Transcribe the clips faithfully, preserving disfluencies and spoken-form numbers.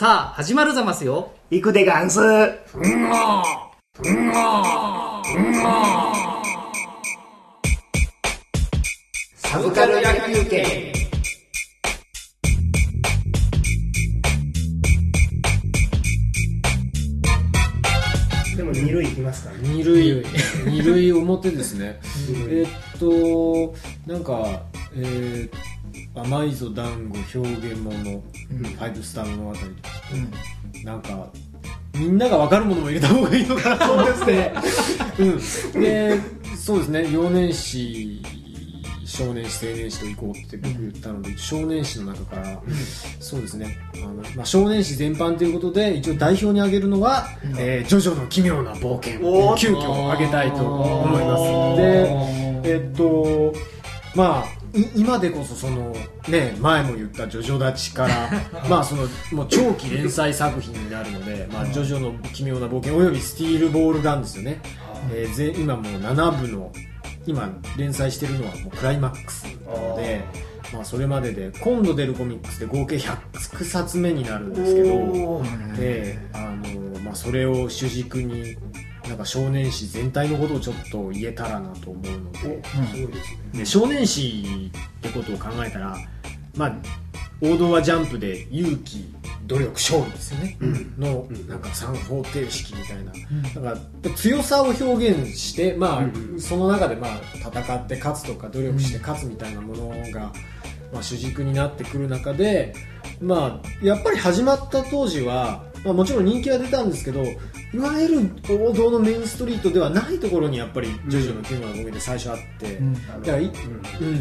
さあ始まるざますよ。 行くでガンス。うんごうんごうんごサブカル野球券。でも二塁行きますかね。 二塁二塁表ですね。えっとなんか、えー、甘いぞ団子表現物、うん、ファイブスター物語とか、うん、なんかみんなが分かるものも入れた方がいいのかなと思ってうん、でそうですね。幼年誌、少年誌、青年誌と行こうって僕言ったので、うん、少年誌の中から、うん、そうですね、あの、まあ、少年誌全般ということで一応代表に挙げるのは、うんえー、ジョジョの奇妙な冒険を急遽挙げたいと思います。で、えっとまあ今でこそそのね前も言ったジョジョ立ちからまあそのもう長期連載作品になるので、まあジョジョの奇妙な冒険およびスティールボールガンですよね。えー、ぜ今もうななぶの今連載してるのはもうクライマックスなので、まあそれまでで今度出るコミックスで合計ひゃくさつめになるんですけど、であのまあそれを主軸になんか少年誌全体のことをちょっと言えたらなと思うので、すごいですね。で少年誌ってことを考えたら、まあ王道はジャンプで勇気、努力、勝利ですよね、うん、のなんか三方程式みたいな、うん、なんか強さを表現して、まあ、うん、その中でまあ戦って勝つとか努力して勝つみたいなものが、まあ、主軸になってくる中で、まあやっぱり始まった当時は、まあ、もちろん人気は出たんですけど、いわゆる王道のメインストリートではないところにやっぱりジョジョの奇妙な冒険で最初あって、うん、だから、うんうん、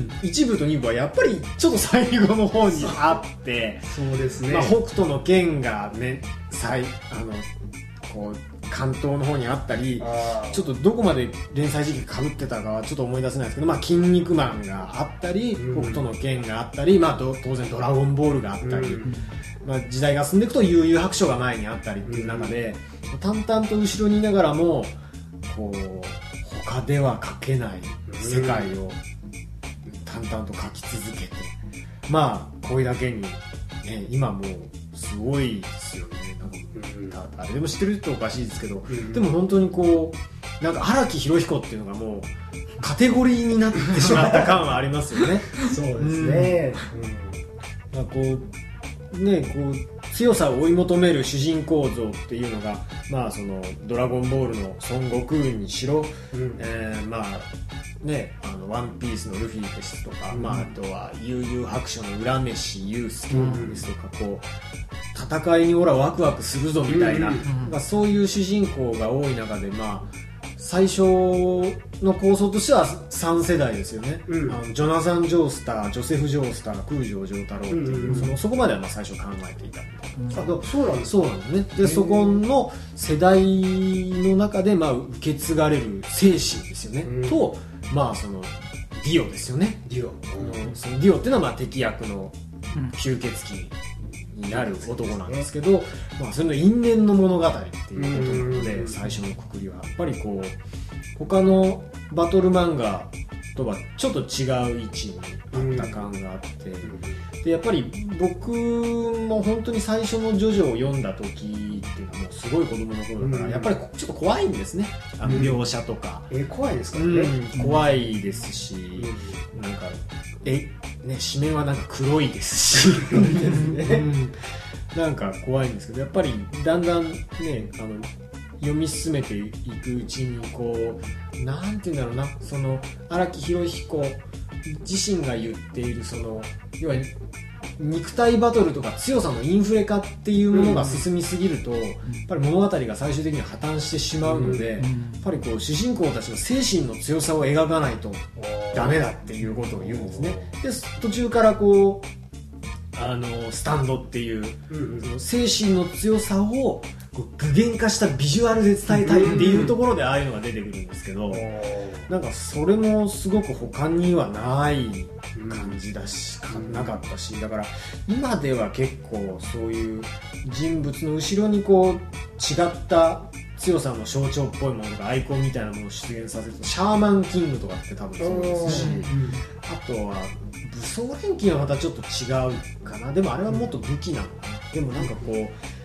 一部と二部はやっぱりちょっと最後の方にあってそうですね、 まあ、北斗の拳がね最あのこう関東の方にあったり、ちょっとどこまで連載時期かぶってたかはちょっと思い出せないですけど、まあ、筋肉マンがあったり、うん、北斗の拳があったり、まあ、当然ドラゴンボールがあったり、うんまあ、時代が進んでいくと悠々白書が前にあったりっていう中で、うん、淡々と後ろにいながらもこう他では書けない世界を淡々と書き続けて、まあこれだけに、ね、今もうすごいですよね。なんか誰でも知ってるっておかしいですけど、うん、でも本当にこうなんか荒木宏彦っていうのがもうカテゴリーになってしまった感はありますよねそうですね、 うんまあ、こうねこう強さを追い求める主人公像っていうのが、まあ、そのドラゴンボールの孫悟空にしろ、うんえー、まあね、あのワンピースのルフィですとか、うんまあ、あとは悠々白書の浦飯祐介ですとか、うん、こう戦いに俺はワクワクするぞみたいな、うんまあ、そういう主人公が多い中で、まあ、最初の構想としてはさん世代ですよね、うん、あのジョナサン・ジョースター、ジョセフ・ジョースター、空城城太郎っていう、うん、そのそこまではまあ最初考えていたみたいな、うん、あそうなんですそうなんですね。でそこの世代の中でまあ受け継がれる精神ですよね、うん、とまあそのディオですよね。 ディオ、 うん、そのディオっていうのはまあ敵役の吸血鬼になる男なんですけど、うんまあ、それの因縁の物語っていうことなので、最初のくくりはやっぱりこう他のバトル漫画とはちょっと違う位置にあった感があって、でやっぱり僕も本当に最初のジョジョを読んだ時っていうのはもうすごい子供の頃だから、やっぱりちょっと怖いんですね、あの描写とか、 うん、え怖いですからね、 うん、怖いですし、うん、なんかえね紙面はなんか黒いですしうん、なんか怖いんですけど、やっぱりだんだんねあの読み進めていくうちにこうなんていうんだろうな、その荒木宏彦自身が言っているその要は肉体バトルとか強さのインフレ化っていうものが進みすぎると、うん、やっぱり物語が最終的には破綻してしまうので、うん、やっぱりこう主人公たちの精神の強さを描かないとダメだっていうことを言うんですね。で途中からこうあのスタンドっていう、うん、その精神の強さをこう具現化したビジュアルで伝えたいっていうところでああいうのが出てくるんですけど、なんかそれもすごく他にはない感じだし、なかったし、だから今では結構そういう人物の後ろにこう違った強さの象徴っぽいものとかアイコンみたいなものを出現させると、シャーマンキングとかって多分そうですし、あとは武装錬金はまたちょっと違うかな。でもあれはもっと武器なのかな。でもなんかこう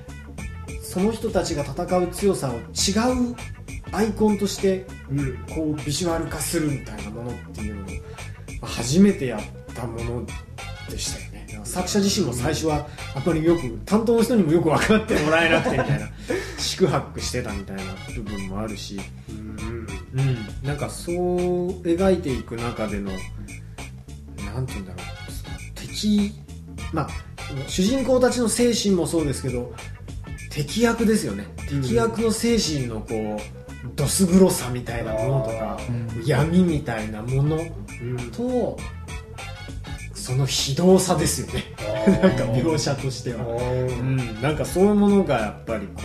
その人たちが戦う強さを違うアイコンとしてこうビジュアル化するみたいなものっていうのを初めてやったものでしたよね。作者自身も最初はあんまりよく担当の人にもよく分かってもらえなくてみたいな四苦八苦してたみたいな部分もあるし、うんうん、なんかそう描いていく中でのなんていうんだろう、敵、まあ主人公たちの精神もそうですけど敵役ですよね。敵役の精神のこうどす黒さみたいなものとか、うん、闇みたいなものと、うん、その非道さですよねなんか描写としては、うん、なんかそういうものがやっぱりこ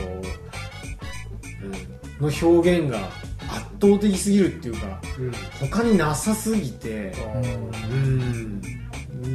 う、うん、の表現が圧倒的すぎるっていうか、うん、他になさすぎて、うん、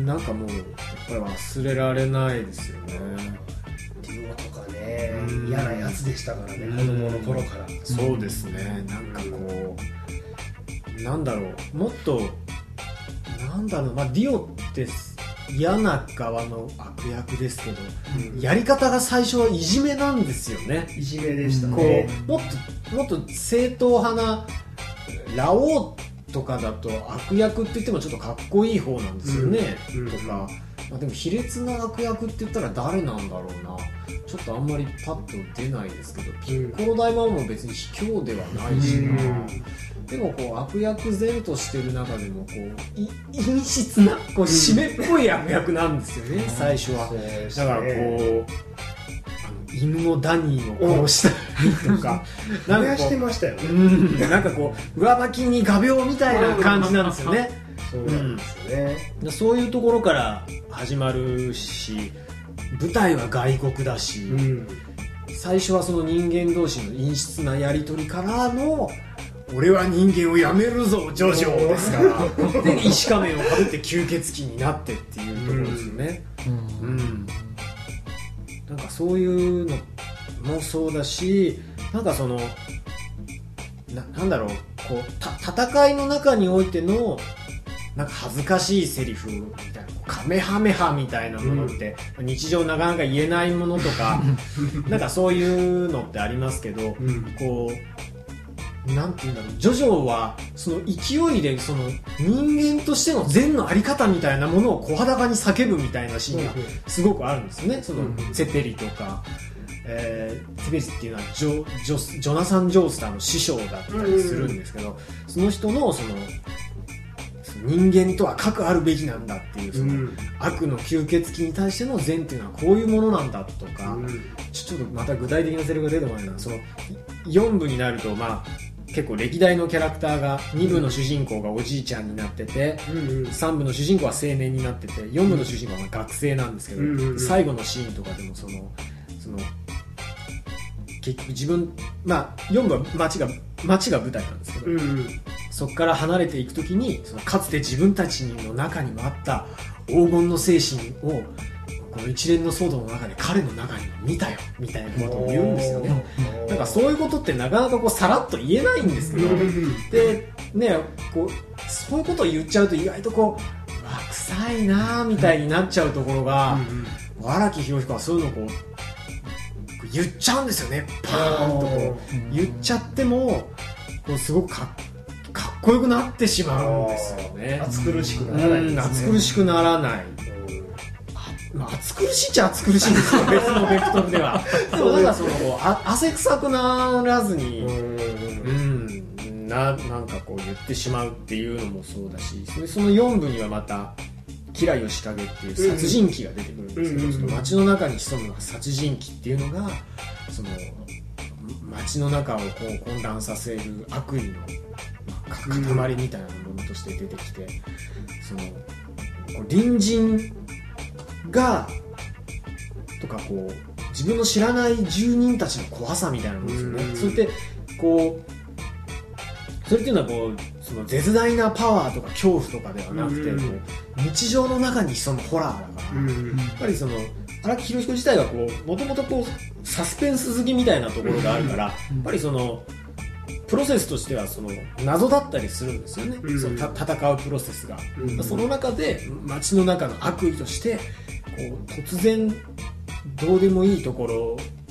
なんかもうやっぱり忘れられないですよね。 ディオとかね、嫌なやつでしたからね、子供の頃から。 そうですね、なんかこうなんだろう、もっとなんだろう、まあ、ディオって嫌な側の悪役ですけど、うん、やり方が最初はいじめなんですよね。 いじめでしたね。 こうもっともっと正統派なラオウとかだと悪役って言ってもちょっとかっこいい方なんですよね、うん、とか、まあ、でも卑劣な悪役って言ったら誰なんだろうな、ちょっとあんまりパッと出ないですけど、ピッコロ大魔王も別に卑怯ではないしな、うん、でもこう悪役然としてる中でもこうい陰湿なこう締めっぽい悪役なんですよね、うん、最初は、ね、だからこう犬のダニーを殺したりとかなんかしてましたよね、 うん、なんかこう上履きに画鋲みたいな感じなんですよねそうなんですよね、 うん、そういうところから始まるし、舞台は外国だし、うん、最初はその人間同士の陰湿なやり取りからの俺は人間をやめるぞジョジョですからで石仮面をかぶって吸血鬼になってっていうところですよね、うんうん、なんかそういうのもそうだし、なんかその な, なんだろう、こうた戦いの中においてのなんか恥ずかしいセリフみたいな、カメハメハみたいなものって、うん、日常なかなか言えないものとかなんかそういうのってありますけど、うん、こうなんていうんだろう、ジョジョはその勢いでその人間としての善のあり方みたいなものを声高に叫ぶみたいなシーンがすごくあるんですよね。そのセペリとか、えー、セペリっていうのはジョ、ジョ、ジョナサン・ジョースターの師匠だったりするんですけど、その人のその人間とは核あるべきなんだっていうその、うん、悪の吸血鬼に対しての善っていうのはこういうものなんだとか、うん、ちょっとまた具体的なセリフが出てこないな。そのよん部になると、まあ結構歴代のキャラクターがに部の主人公がおじいちゃんになってて、うん、さん部の主人公は青年になってて、よん部の主人公は学生なんですけど、うん、最後のシーンとかでもそのその結局自分、まあよん部は街が街が舞台なんですけど、うん、そこから離れていくときにそのかつて自分たちの中にもあった黄金の精神をこの一連の騒動の中で彼の中にも見たよみたいなことを言うんですよね。なんかそういうことってなかなかこうさらっと言えないんですけどで、ね、こうそういうことを言っちゃうと意外とこうわ臭いなみたいになっちゃうところが荒木博彦はそういうのをこう言っちゃうんですよね。パーンとこう言っちゃってもこうすごくかっ、かっこよくなってしまうんですよね。 暑苦しくならないですね。 暑苦しくならない。まあ、暑苦しいっちゃ暑苦しいんですよ別のベクトルではでもなんかそのこうあ汗臭くならずにうんな、なんかこう言ってしまうっていうのもそうだし、それそのよん部にはまた吉良義景っていう殺人鬼が出てくるんですけど、うん、その街の中に潜む殺人鬼っていうのがその街の中をこう混乱させる悪意の、まあ、塊みたいなものとして出てきて、その隣人がとかこう自分の知らない住人たちの怖さみたいなものですよね。それってこうそれっていうのはこうその絶大なパワーとか恐怖とかではなくて、こう日常の中に潜むホラーだから、やっぱりその荒木博彦自体はこうもともとこうサスペンス好きみたいなところがあるから、やっぱりそのプロセスとしてはその謎だったりするんですよね、うん、そのた戦うプロセスが、うん、その中で街の中の悪意としてこう突然どうでもいいところ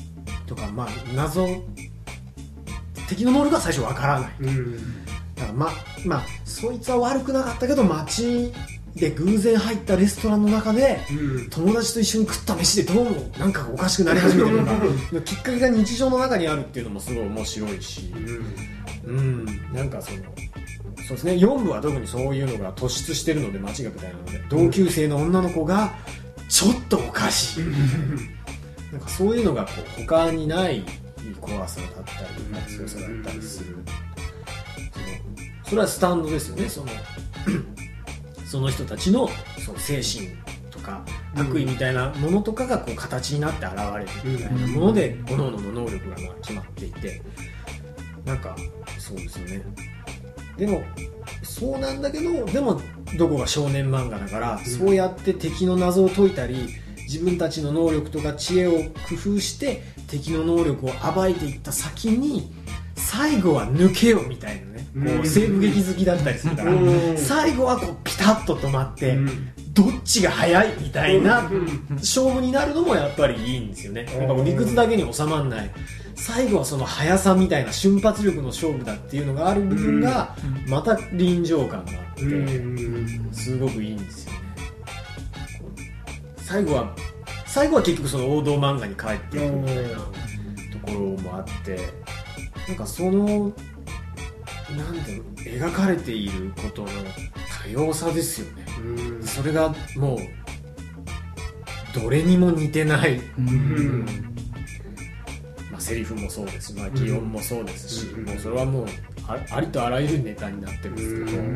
とか、まあ、謎敵の能力は最初わからない、うん、だからままあそいつは悪くなかったけど街で偶然入ったレストランの中で、うん、友達と一緒に食った飯でどうもなんかおかしくなり始めてるのかきっかけが日常の中にあるっていうのもすごい面白いし、うん、うん、なんかそのそうですね、よん部は特にそういうのが突出してるので間違いみたいなので、同級生の女の子がちょっとおかしいなんかそういうのがこう他にない怖さだったり強さだったりする、そのそれはスタンドですよね、そのその人たちのその精神とか悪意みたいなものとかがこう形になって現れるみたいなもので各々の能力がまあ決まっていて、なんかそうですよね。でもそうなんだけど、でもどこが少年漫画だから、うん、そうやって敵の謎を解いたり自分たちの能力とか知恵を工夫して敵の能力を暴いていった先に最後は抜けよみたいなね、うん、こう西部劇好きだったりするから、うん、最後はこうピタッと止まって、うん、どっちが速いみたいな勝負になるのもやっぱりいいんですよね。なんか理屈だけに収まんない、最後はその速さみたいな瞬発力の勝負だっていうのがある部分がまた臨場感があってすごくいいんですよね。最後は最後は結局その王道漫画に帰っていくみたいなところもあって、なんかそのなんていうの描かれていることの多様さですよね。それがもうどれにも似てない、うんまあ、セリフもそうですし、まあ、擬音もそうですし、うん、もうそれはもう あ, ありとあらゆるネタになってるんですけど、うんうん、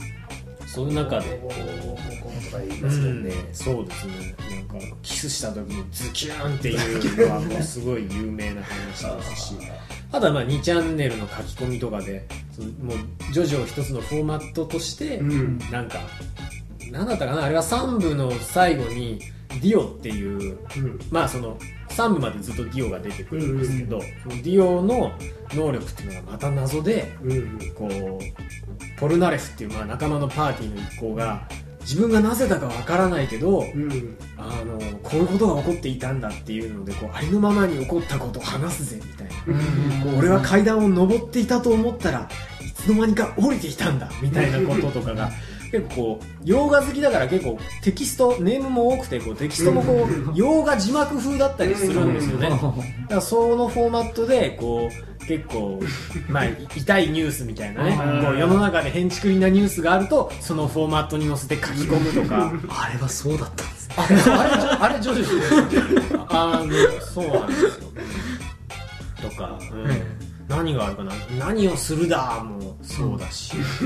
その中でこう、うん、そうですね、なんかキスした時にズキューンっていうのはもうすごい有名な話ですしあとはまあにチャンネルの書き込みとかでそのもうジョジョを一つのフォーマットとして、うん、なんかなんだったかな、あれはさん部の最後にディオっていう、うん、まあそのさん部までずっとディオが出てくるんですけど、うんうん、ディオの能力っていうのがまた謎で、うんうん、こうポルナレフっていうまあ仲間のパーティーの一行が自分がなぜだかわからないけど、うん、あのこういうことが起こっていたんだっていうのでこうありのままに起こったことを話すぜみたいな、うん、こう俺は階段を上っていたと思ったらいつの間にか降りていたんだみたいなこととかが結構こう洋画好きだから結構テキストネームも多くてこうテキストもこう洋画字幕風だったりするんですよね。だからそのフォーマットでこう結構まあ痛いニュースみたいなねこう世の中で変築なニュースがあるとそのフォーマットに載せて書き込むとかあれはそうだったんですね。 あ, あれジョジョあのそうなんですよとか、うん何があるかな、何をするだもそうだし、うん、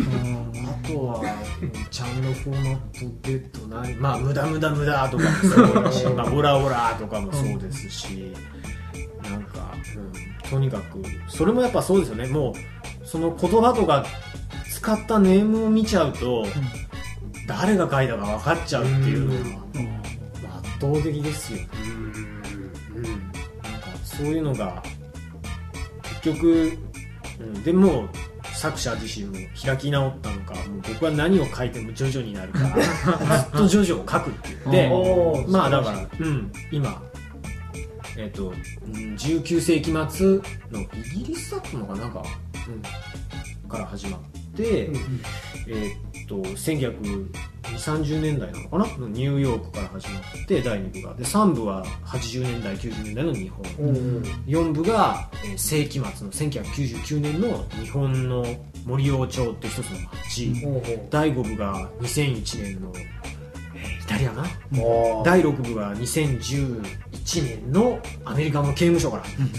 あとはちゃんのフォーマットでとないまあ無駄無駄無駄とかもそうだしまあオラオラとかもそうですし、なんか、うん、とにかくそれもやっぱそうですよね。もうその言葉とか使ったネームを見ちゃうと、うん、誰が書いたか分かっちゃうっていうのが、うん、圧倒的ですよね。うん、なんかそういうのが結局、うん、でも作者自身も開き直ったのか、もう僕は何を書いてもジョジョになるからずっとジョジョを書くって言ってまあだから、うん、今えっとじゅうきゅう世紀末のイギリスだったのかなんか、うん、から始まって、うん、えっとせんきゅうひゃくにじゅう、さんじゅうねんだいなのかなのニューヨークから始まってだいに部がでさん部ははちじゅうねんだいきゅうじゅうねんだいの日本、うん、よん部が、えー、世紀末のせんきゅうひゃくきゅうじゅうきゅうねんの日本の森王朝って一つの町、うん、だいご部がにせんいちねんの、えー、イタリアかな、うん、だいろく部がにせんじゅういちねんのアメリカの刑務所から、うん、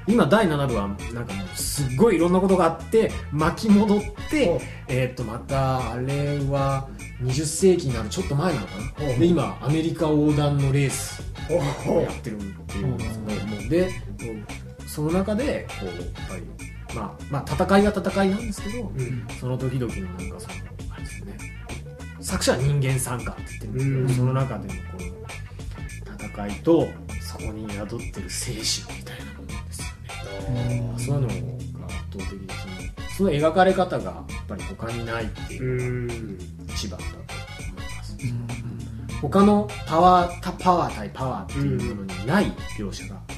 今だいなな部はなんかもうすっごいいろんなことがあって巻き戻って、うん、えー、っとまたあれはにじゅっ世紀になるちょっと前なのかな、うん、で今アメリカ横断のレースをやってるっていうんですけど、うん、でその中でこうやっぱり、まあ、まあ戦いは戦いなんですけど、うん、その時々のなんかそのあれですよね、作者は人間参加って言ってるんですけど、うん、その中でのこの戦いとそこに宿ってる精神みたいなものですよね。そういうのが圧倒的ですね。その描かれ方がやっぱり他にないっていうのが一番だと思います。他のパワーパワー対パワーっていうものにない描写が多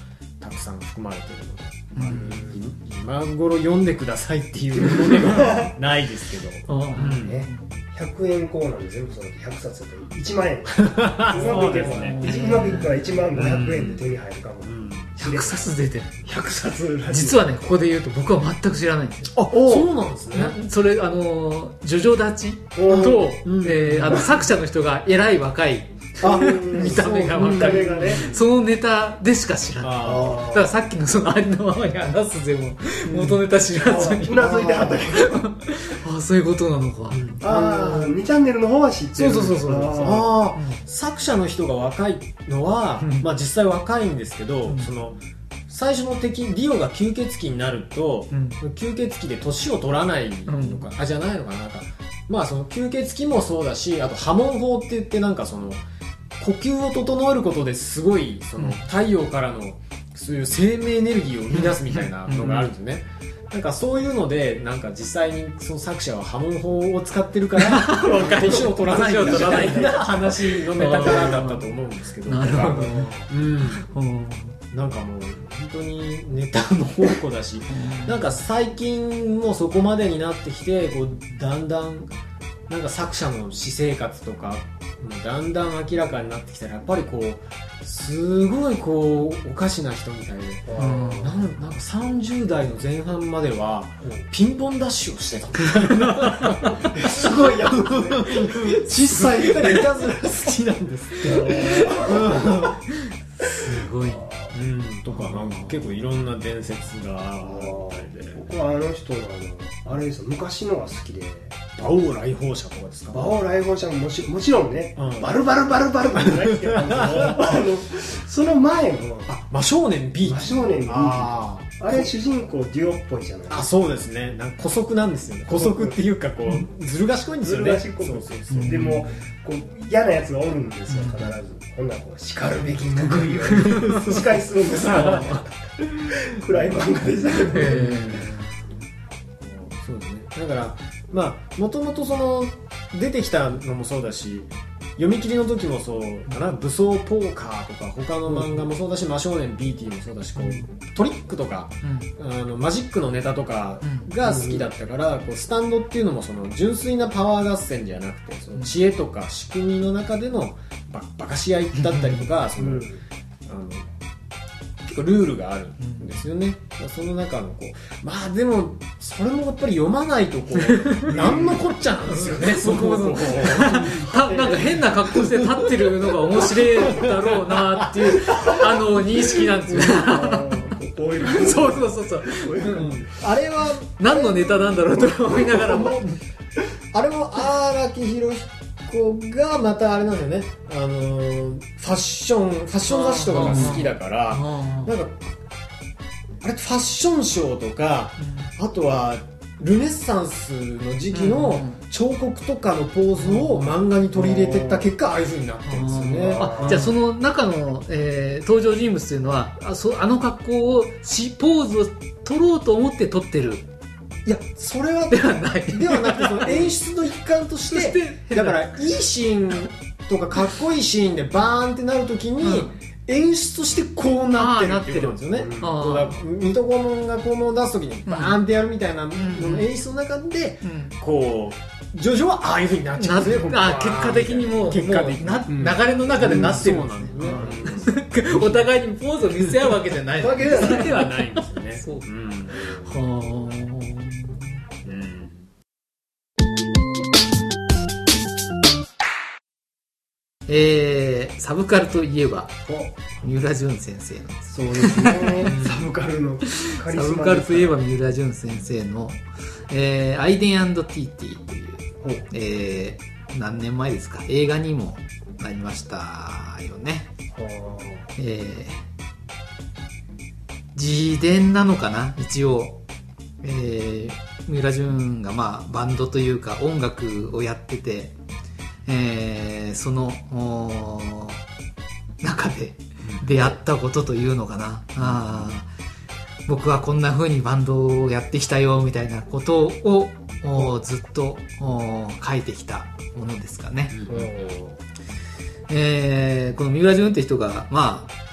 たくさん含まれているので、まあ、今頃読んでくださいっていうものではないですけど、 うんね、ひゃくえんコーナーで全部そのひゃくさつだといちまんえんうまくいけば、ね、うまくいったらいちまんごひゃくえんで手に入るかも、うん、 ひゃくさつ出てるひゃくさつ実はねここで言うと僕は全く知らないんですよ。 あ、そうなんですね。 それあのジョジョ立ちと、うんえー、あの作者の人が偉い若いあ見た目が若い、ね、そのネタでしか知らない。だからさっきのそのありのままに話すでも元ネタ知らずにうなずいてはったけどあ、そういうことなのか、うん、 ああにチャンネルの方は知ってる。 そうそうそうそうああ、うん、作者の人が若いのは、うん、まあ実際若いんですけど、うん、その最初の敵ディオが吸血鬼になると、うん、吸血鬼で年を取らないのか、うん、あじゃないのかな、なんかまあその吸血鬼もそうだし、あと波紋法って言ってなんかその呼吸を整えることですごいその太陽からのそういう生命エネルギーを生み出すみたいなのがあるんですね。なんかそういうのでなんか実際にその作者は波紋法を使ってるから年を取らないみたいな話のネタからだったと思うんですけど、 なるほど、 うん、なんかもう本当にネタの宝庫だし、なんか最近もそこまでになってきてこうだんだんなんか作者の私生活とかだんだん明らかになってきたらやっぱりこうすごいこうおかしな人みたいで、うん、なん, なんかさんじゅう代の前半まではピンポンダッシュをしてたみたいなすごいやつ小さいからいたずら好きなんですってすごい、 うん、とかなんか結構いろんな伝説があったりで、 僕はあの人のあのあれですよ、昔のが好きで馬王来訪者とかですか。 馬王来訪者も も, しもちろんね、うん、バルバルバルバルバル大好きだったんですけどその前もあ真少年 B 真少年 B あ, あれ主人公デュオっぽいじゃないですか。 あ、そうですね。なんか姑息なんですよね。姑息っていうかこうずる賢いんですよね。 ずる賢い。そうそうそう、うん、でもこう嫌なやつがおるんですよ必ず。こんなこう叱るべき報いを仕返すんですよ暗い漫画でしたけど、えー、そうですね。だからまあもともとその出てきたのもそうだし、読み切りの時もそうかな、武装ポーカーとか他の漫画もそうだし、真少年 ビーティー もそうだし、こうトリックとか、うん、あのマジックのネタとかが好きだったから、こうスタンドっていうのもその純粋なパワー合戦じゃなくて、その知恵とか仕組みの中でのバ, バカし合いだったりとか、その、うん、あの結構ルールがあるんですよね。その中のこうまあでもそれもやっぱり読まないとこう何のこっちゃなんですよね。そこそこなんか変な格好して立ってるのが面白いだろうなっていうあの認識なんですよ。そうそうそうそう、うん、あれは何のネタなんだろうと思いながらもあれも荒木博彦がまたあれなんだよね、あのー、ファッションファッション雑誌とかが好きだからなんかあれファッションショーとか、うん、あとはルネッサンスの時期の彫刻とかのポーズを漫画に取り入れてった結果ああいう風になってるんですよね。 あ、じゃあその中の、えー、登場人物というのは あ, そあの格好をしポーズを取ろうと思って撮ってる。 いやそれはではないではなくてその演出の一環としてだからいいシーンとかかっこいいシーンでバーンってなるときに、うん演出としてこうなってるっていうことなんですよね。水戸黄門が黄門を出すときにバーンってやるみたいなのの演出の中で、こうジョジョはああいう風になっちゃうんですね。 あ結果的にもう結果的にな、うん、流れの中でなってるんですね。お互いにポーズを見せ合うわけじゃないわけではないんですよね。そう。うん、はあ。 えー、サブカルといえば三浦淳先生のそうですねサブカルのカリスマサブカルといえば三浦淳先生の、えー、アイデン&ティーティーという、えー、何年前ですか映画にもなりましたよね。えー、自伝なのかな一応、えー、三浦淳がまあバンドというか音楽をやっててえー、その中で出会ったことというのかな、あ僕はこんな風にバンドをやってきたよみたいなことをずっと書いてきたものですかね。うんえー、この三浦淳って人が、まあ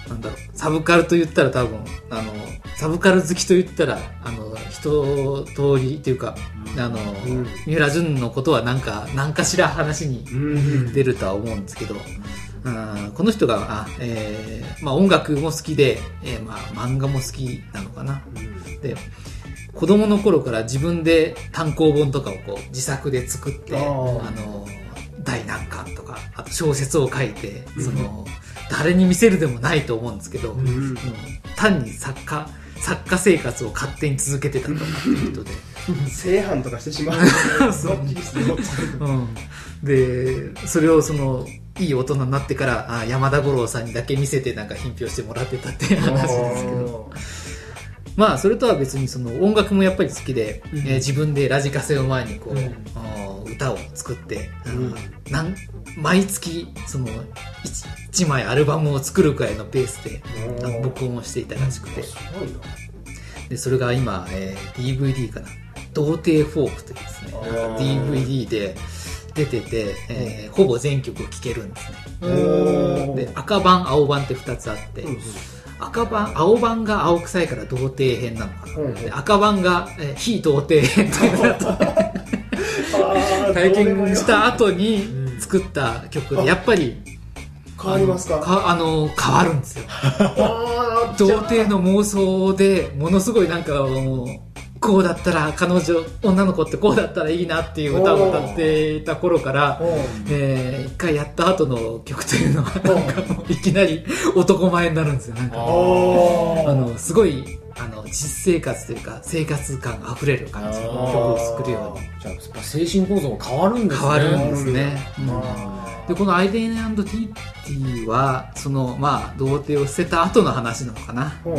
なんだろうサブカルと言ったら多分あのサブカル好きと言ったらあの一通りっていうか、うん、あの、うん、三浦淳のことはなんか何かしら話に出るとは思うんですけど、うん、この人があ、えーまあ、音楽も好きで、えーまあ、漫画も好きなのかな、うん、で子供の頃から自分で単行本とかをこう自作で作ってあの大難関とかあと小説を書いて、うん、その誰に見せるでもないと思うんですけど、うん、単に作家作家生活を勝手に続けてたとかっていう人で正反とかしてしまうそう、 うん、でそれをそのいい大人になってからあ山田五郎さんにだけ見せてなんか品評してもらってたっていう話ですけどまあそれとは別にその音楽もやっぱり好きで、うんえー、自分でラジカセを前にこう、うん、歌を作って、うん、なん毎月その 1, いちまいアルバムを作るくらいのペースで録音をしていたらしくてでそれが今、えー、ディーブイディー かな童貞フォークというですね ディーブイディー で出てて、えー、ほぼ全曲聴けるんですねで赤版青版ってふたつあって、うん赤版青版が青臭いから童貞編なのかな、うん、で赤版が、えー、非童貞編っていうのだと体験した後に作った曲でやっぱり変わりますか？ かあの変わるんですよ童貞の妄想でものすごいなんかもうこうだったら彼女女の子ってこうだったらいいなっていう歌を歌っていた頃から、えー、一回やった後の曲というのはなんかもういきなり男前になるんですよなんかあのすごいあの実生活というか生活感あふれる感じの曲を作るようにじゃあやっぱ精神構造も変わるんですね変わるんですね、うん、でこのアイデン&ティーティーはそのまあ童貞を捨てた後の話なのかな、うん、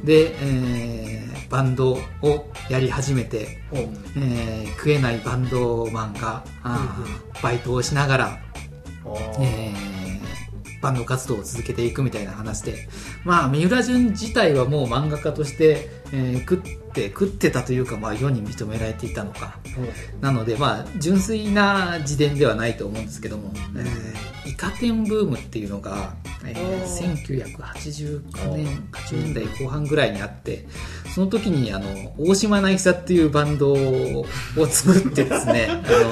で、えーバンドをやり始めて、うんえー、食えないバンドマンが、うん、バイトをしながら、えー、バンド活動を続けていくみたいな話でまあ三浦淳自体はもう漫画家として、えー、食って食ってたというか、まあ、世に認められていたのか、うん、なのでまあ純粋な自伝ではないと思うんですけども、えー、イカ天ブームっていうのが、えー、せんきゅうひゃくはちじゅうきゅうねんはちじゅうねんだいこう半ぐらいにあってその時にあの大島渚っていうバンドを作ってですね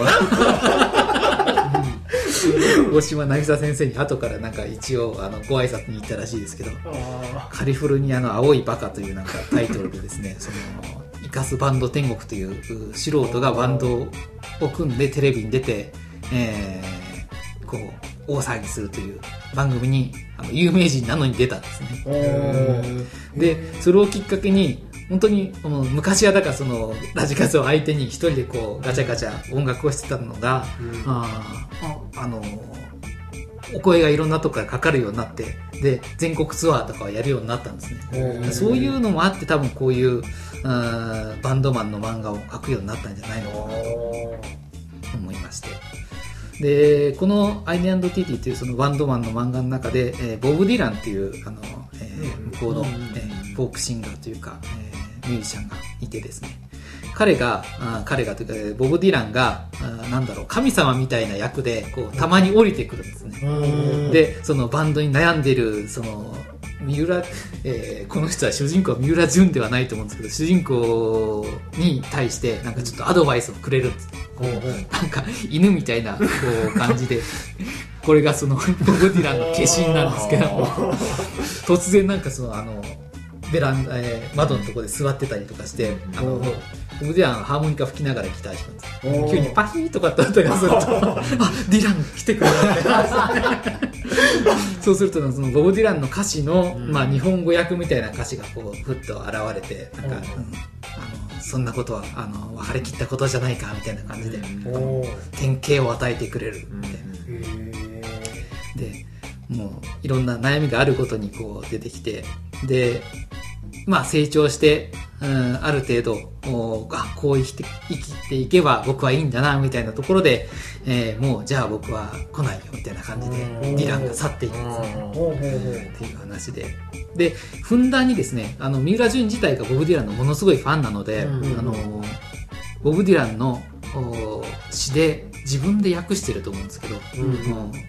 あの大島渚先生に後からなんか一応あのご挨拶に行ったらしいですけどカリフォルニアの青いバカというなんかタイトルでですねそのイカスバンド天国という素人がバンドを組んでテレビに出て、えー、こう大騒ぎするという番組にあの有名人なのに出たんですねでそれをきっかけに本当に昔はだからそのラジカセを相手に一人でこうガチャガチャ音楽をしてたのが、うん、あ, あのお声がいろんなとこからかかるようになってで全国ツアーとかをやるようになったんですねそういうのもあって多分こういうあバンドマンの漫画を描くようになったんじゃないのかなと思いましてでこのアイデン&ティーティーというそのバンドマンの漫画の中で、えー、ボブ・ディランっていうあの、えー、向こうの、えー、フォークシンガーというか、えー、ミュージシャンがいてですね彼があ彼がというかボブ・ディランがあなんだろう神様みたいな役でこうたまに降りてくるんですねでそのバンドに悩んでるその三浦、えー、この人は主人公は三浦淳ではないと思うんですけど主人公に対してなんかちょっとアドバイスをくれるんですこうなんか犬みたいなこう感じでこれがそのボブ・ディランの化身なんですけど突然なんかそのあのベランダ、えー、窓のところで座ってたりとかしてあのボブ・ディランはハーモニカ吹きながらギター弾くんです急にパヒーとかって音がするとあディラン来てくれたってそうするとそのボブ・ディランの歌詞の、まあ、日本語訳みたいな歌詞がこうふっと現れてなんか、うん、あのそんなことはあの別れきったことじゃないかみたいな感じで典型を与えてくれるみたいなでもういろんな悩みがあることにこう出てきてでまあ成長して、うん、ある程度あこう生きて生きていけば僕はいいんだなみたいなところで、えー、もうじゃあ僕は来ないよみたいな感じでディランが去っていくんですねっていう話ででふんだんにですねあの三浦淳自体がボブ・ディランのものすごいファンなので、うん、あのボブ・ディランの詩で自分で訳してると思うんですけど、うん、もう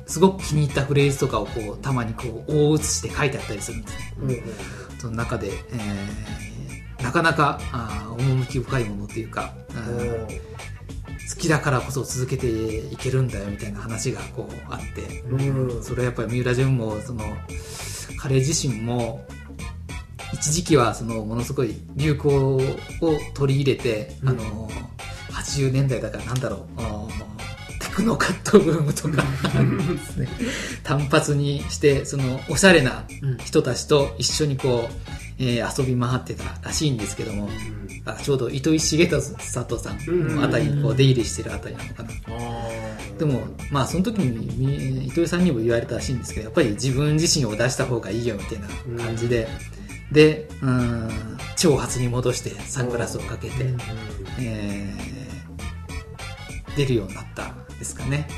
すごく気に入ったフレーズとかをこうたまにこう大写して書いてあったりするんですね、うんうん、その中で、えー、なかなかあ趣深いものというか、好きだからこそ続けていけるんだよみたいな話がこうあって、うん、それはやっぱり三浦淳もその彼自身も一時期はそのものすごい流行を取り入れて、うん、あのはちじゅうねんだいだからなんだろうテクノカットブームとかですね、単発にしてそのおしゃれな人たちと一緒にこう、えー、遊び回ってたらしいんですけども、うん、あちょうど糸井重里さんのあたりにこう出入りしてるあたりなのかな、うん、でもまあその時に糸井さんにも言われたらしいんですけど、やっぱり自分自身を出した方がいいよみたいな感じで、うん、でうーん長髪に戻してサングラスをかけて、うんえー、出るようになったですかね、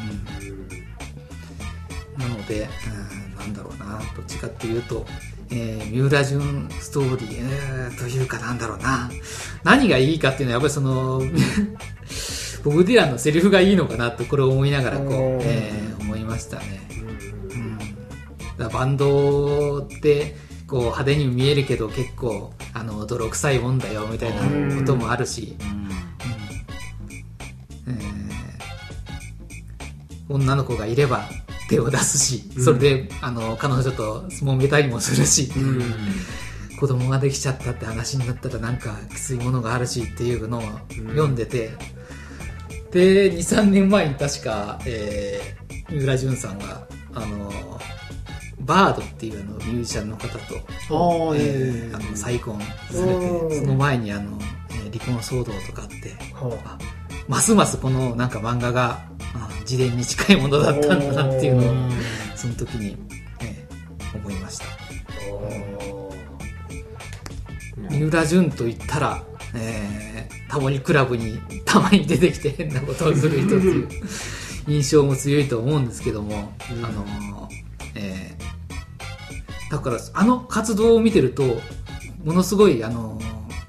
うん、なので、うん、なんだろうな、どっちかっていうと、えー、三浦淳ストーリー、えー、というかなんだろうな、何がいいかっていうのはやっぱりそのボブ・ディランのセリフがいいのかなとこれを思いながらこう、えー、思いましたね、うん、だからバンドってこう派手に見えるけど結構あの泥臭いもんだよみたいなこともあるし、うんうんえー女の子がいれば手を出すし、それで、うん、あの彼女と揉めたりもするし、うん、子供ができちゃったって話になったらなんかきついものがあるしっていうのを読んでて、うん、で にさんねんまえに確か、えー、三浦淳さんがあのバードっていうあのミュージシャンの方と、あ、えー、あの再婚されて、その前にあの、えー、離婚騒動とかあって、あますますこのなんか漫画が自伝に近いものだったんだなっていうのをその時に、えー、思いました。三浦淳と言ったら、えー、タモリクラブにたまに出てきて変なことをする人っていう印象も強いと思うんですけども、あのえー、だからあの活動を見てるとものすごいあの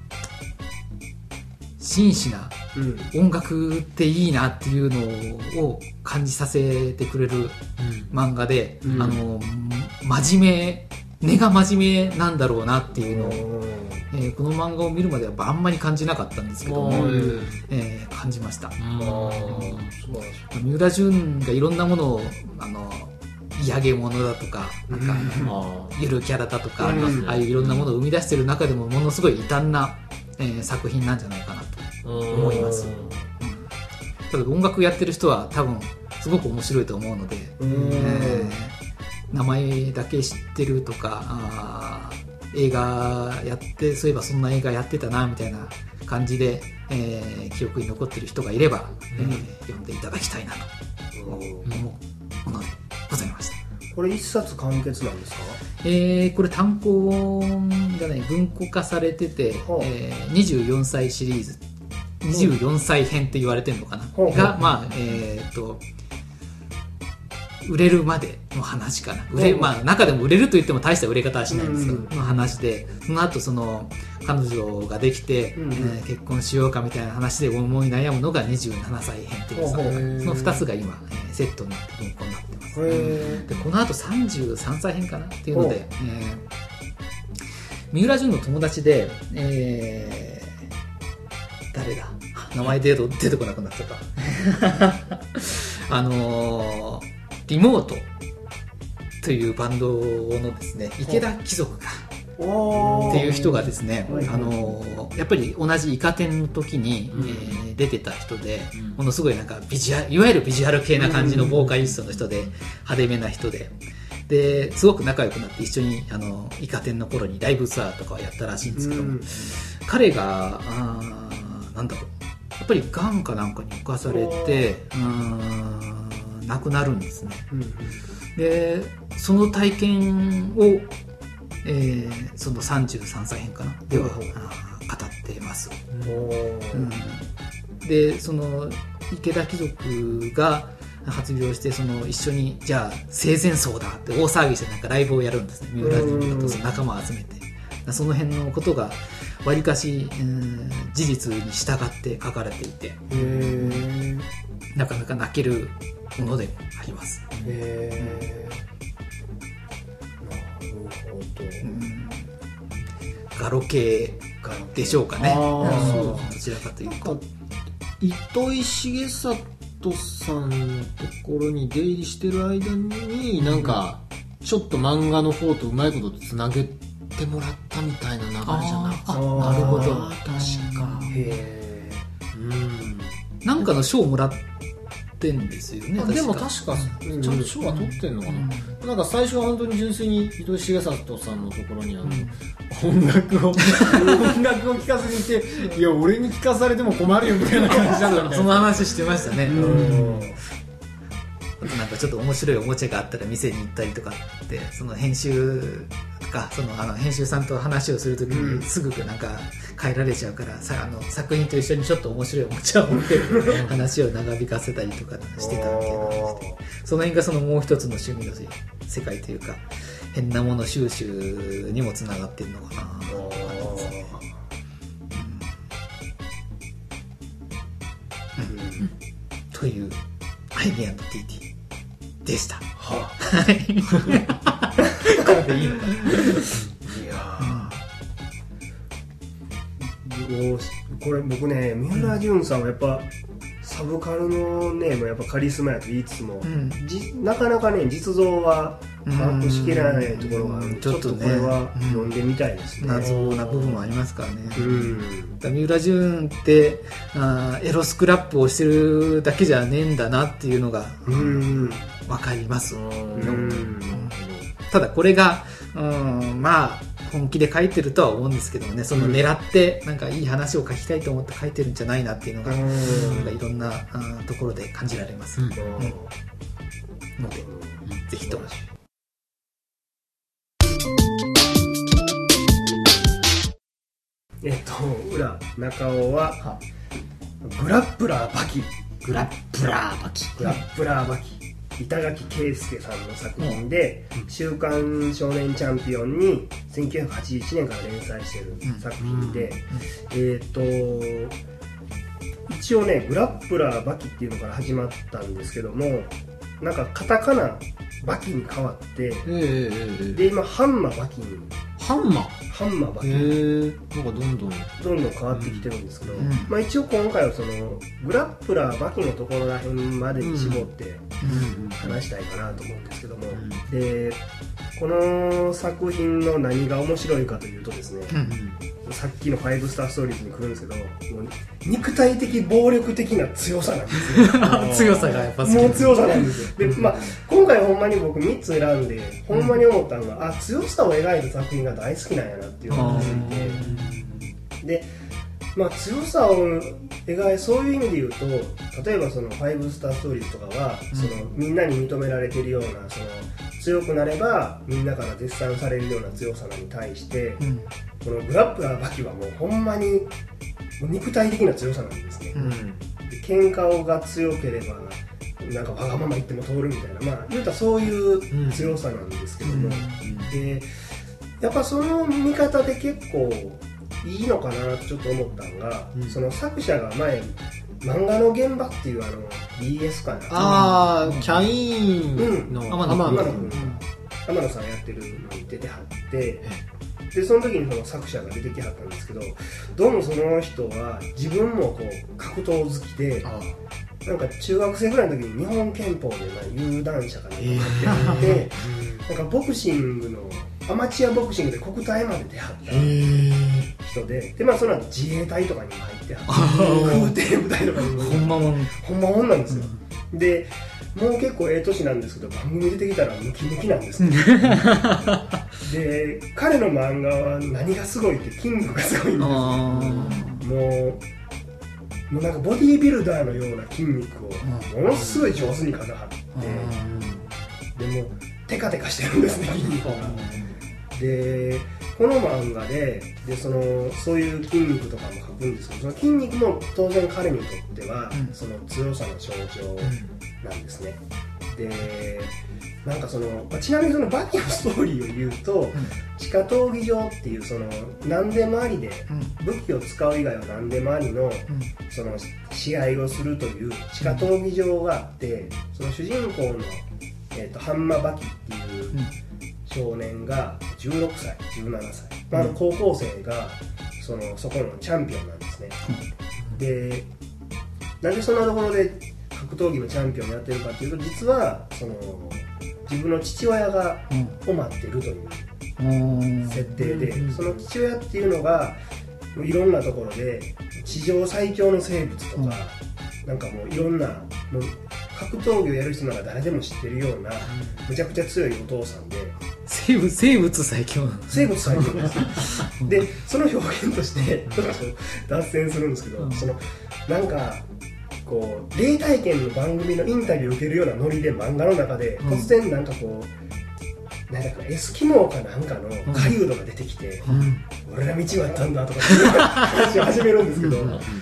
真摯な音楽っていいなっていうのを感じさせてくれる漫画で、うん、あの真面目根が真面目なんだろうなっていうのを、えー、この漫画を見るまではあんまり感じなかったんですけども、えー、感じました。三浦淳がいろんなものをあの嫌げ物だとか、なんかゆるキャラだとか、うん、ああいういろんなものを生み出している中でもものすごい異端な、えー、作品なんじゃないかなと思います。ただ音楽やってる人は多分すごく面白いと思うので、えー、名前だけ知ってるとか、あ映画やってそういえばそんな映画やってたなみたいな感じで、えー、記憶に残ってる人がいれば、えー、読んでいただきたいなと思うものでございました。 これ一冊完結なんですか？ えー、これ単行じゃない文庫化されてて、はあえー、にじゅうよんさいシリーズにじゅうよんさい編って言われてるのかな、はあ、が、まあえー、っと売れるまでの話かな、売れ、まあ、中でも売れると言っても大した売れ方はしないんですけど、うん、の話で、その後その彼女ができて、うんえー、結婚しようかみたいな話で思い悩むのがにじゅうななさい編っていう、そのふたつが今、えー、セットになって文庫になってます。でこの後さんじゅうさんさい編かなっていうので、えー、三浦淳の友達で、えー、誰だ名前出てこなくなっちゃったあのーリモートというバンドのですね池田貴族がっていう人がですね、あのやっぱり同じイカ天の時に、うんえー、出てた人で、うん、ものすごいなんかビジュアいわゆるビジュアル系な感じのボーカリストの人で、うん、派手めな人でですごく仲良くなって一緒にあのイカ天の頃にライブツアーとかをやったらしいんですけども、うん、彼があなんだろうやっぱりがんかなんかに侵されてうーん亡くなるんですね、うん、でその体験を、えー、そのさんじゅうさんさい編かなでは、うん、語ってます、うん、でその池田貴族が発病してその一緒にじゃあ生前葬だって大騒ぎしてなんかライブをやるんですね三浦淳とその仲間を集めてその辺のことがわりかし、うん、事実に従って書かれていてへなかなか泣けるものでもあります。 へー、なるほど、うん、 ガロ系でしょうかね。 どちらかというと糸井重里さんのところに出入りしてる間になんかちょっと漫画の方とうまいことつなげてもらったみたいな流れじゃなかった。 なるほど、 確か。 へー、うん、 なんかの賞をもらってんですよね。 でも確かちゃんと賞は取ってんのかな、うん、なんか最初は本当に純粋に糸井重里さんのところにあの、うん、音楽を音楽を聴かせに行っていや俺に聴かされても困るよみたいな感じだったみたいなその話してましたね。 うん、 あとなんかちょっと面白いおもちゃがあったら店に行ったりとかってその編集かそのあの編集さんと話をするときにすぐなんか変えられちゃうから、うん、さあの作品と一緒にちょっと面白いおもちゃを持って話を長引かせたりとかしてたわけなんですけどその辺がそのもう一つの趣味の世界というか変なもの収集にもつながってるのかなと思ってますね。うんうんうん、というアイディアンド ティーティー でした。 はあ、いこれでいいのかな。いやー、うん、これ僕ね三浦淳さんはやっぱサブカルのねやっぱカリスマやと言いつつも、うん、じなかなかね実像は把握しきれないところがあるので、ちょっとこれは読んでみたいですね。 謎な部分もありますからね。うん、三浦淳ってあエロスクラップをしてるだけじゃねえんだなっていうのが分かります。うんただこれがうんまあ本気で書いてるとは思うんですけどもね、その狙ってなんかいい話を書きたいと思って書いてるんじゃないなっていうのが、うん、なんかいろんなところで感じられます、うんうん、ので、うん、ぜひともえっと裏中尾はグラップラーバキグラップラーバキグラップラーバキ板垣圭介さんの作品で「週刊少年チャンピオン」にせんきゅうひゃくはちじゅういちねんから連載している作品で、えっと一応ねグラップラーバキっていうのから始まったんですけども、なんかカタカナバキに変わって、で今ハンマーバキにハンマーハンマーバキになんかどんどんどんどん変わってきてるんですけど、うん、まあ、一応今回はそのグラップラーバキのところらへんまでに絞って話したいかなと思うんですけども、うん、でこの作品の何が面白いかというとですね、うん、さっきのファイブスターストーリーズに来るんですけど、もう肉体的暴力的な強さなんですよ強さがやっぱ好きもう強さなんですよ。で、まあ、今回ほんまに僕みっつ選んでほんまに思ったのが、あ強さを描いた作品が大好きなんやなっていうのがついて、で、まあ、強さを描いそういう意味で言うと、例えばそのファイブスターストーリーズとかは、うん、そのみんなに認められてるようなその強くなればみんなから絶賛されるような強さに対して、うん、このグラップラーバキはもうほんまに肉体的な強さなんですね、うん、で喧嘩が強ければなんかわがまま言っても通るみたいな、まあ言うたらそういう強さなんですけども、うん、でやっぱその見方で結構いいのかなとちょっと思ったのが、うん、その作者が前漫画の現場っていうあの ビーエス かなあーキャインの天野君天野さんやってるのに出てはって、でその時にその作者が出てきはったんですけど、どうもその人は自分もこう格闘好きで、なんか中学生ぐらいの時に日本拳法でまあ有段者かなんかやってて、なんかボクシングのアマチュアボクシングで国体まで出はった人で、でまあその後自衛隊とかにも入ってはって空挺部隊とかにもほんまもんほんまもんなんですよ、うん、でもう結構ええ年なんですけど番組出てきたらムキムキなんですねで彼の漫画は何がすごいって筋肉がすごいんですよ。もうもうなんかボディービルダーのような筋肉をものすごい上手に飾ってでもテカテカしてるんですね筋肉が。でこの漫画で、でそのそういう筋肉とかも描くんですけど、その筋肉も当然彼にとっては、うん、その強さの象徴なんですね、 でなんかその、まあ、ちなみにそのバキのストーリーを言うと、うん、地下闘技場っていうその何でもありで、うん、武器を使う以外は何でもありの、うん、その試合をするという地下闘技場があって、その主人公の、えーと、ハンマバキっていう少年がじゅうろくさいじゅうななさい、まあ、あの高校生がそのそこのチャンピオンなんですね、うん、でなんでそんなところで格闘技のチャンピオンをやってるかっていうと、実はその自分の父親がを待ってるという設定で、うん、その父親っていうのがいろんなところで地上最強の生物とか、うん、なんかもういろんなもう格闘技をやる人なら誰でも知ってるような、うん、めちゃくちゃ強いお父さんで、 生物生物最強生物最強ですでその表現としてちょっと脱線するんですけど、うん、そのなんかこう霊体験の番組のインタビューを受けるようなノリで漫画の中で突然なんかこう、なんかエスキモーかなんかの狩人が出てきて、うん、俺ら道があったんだとかっていう話を始めるんですけど、うん、あの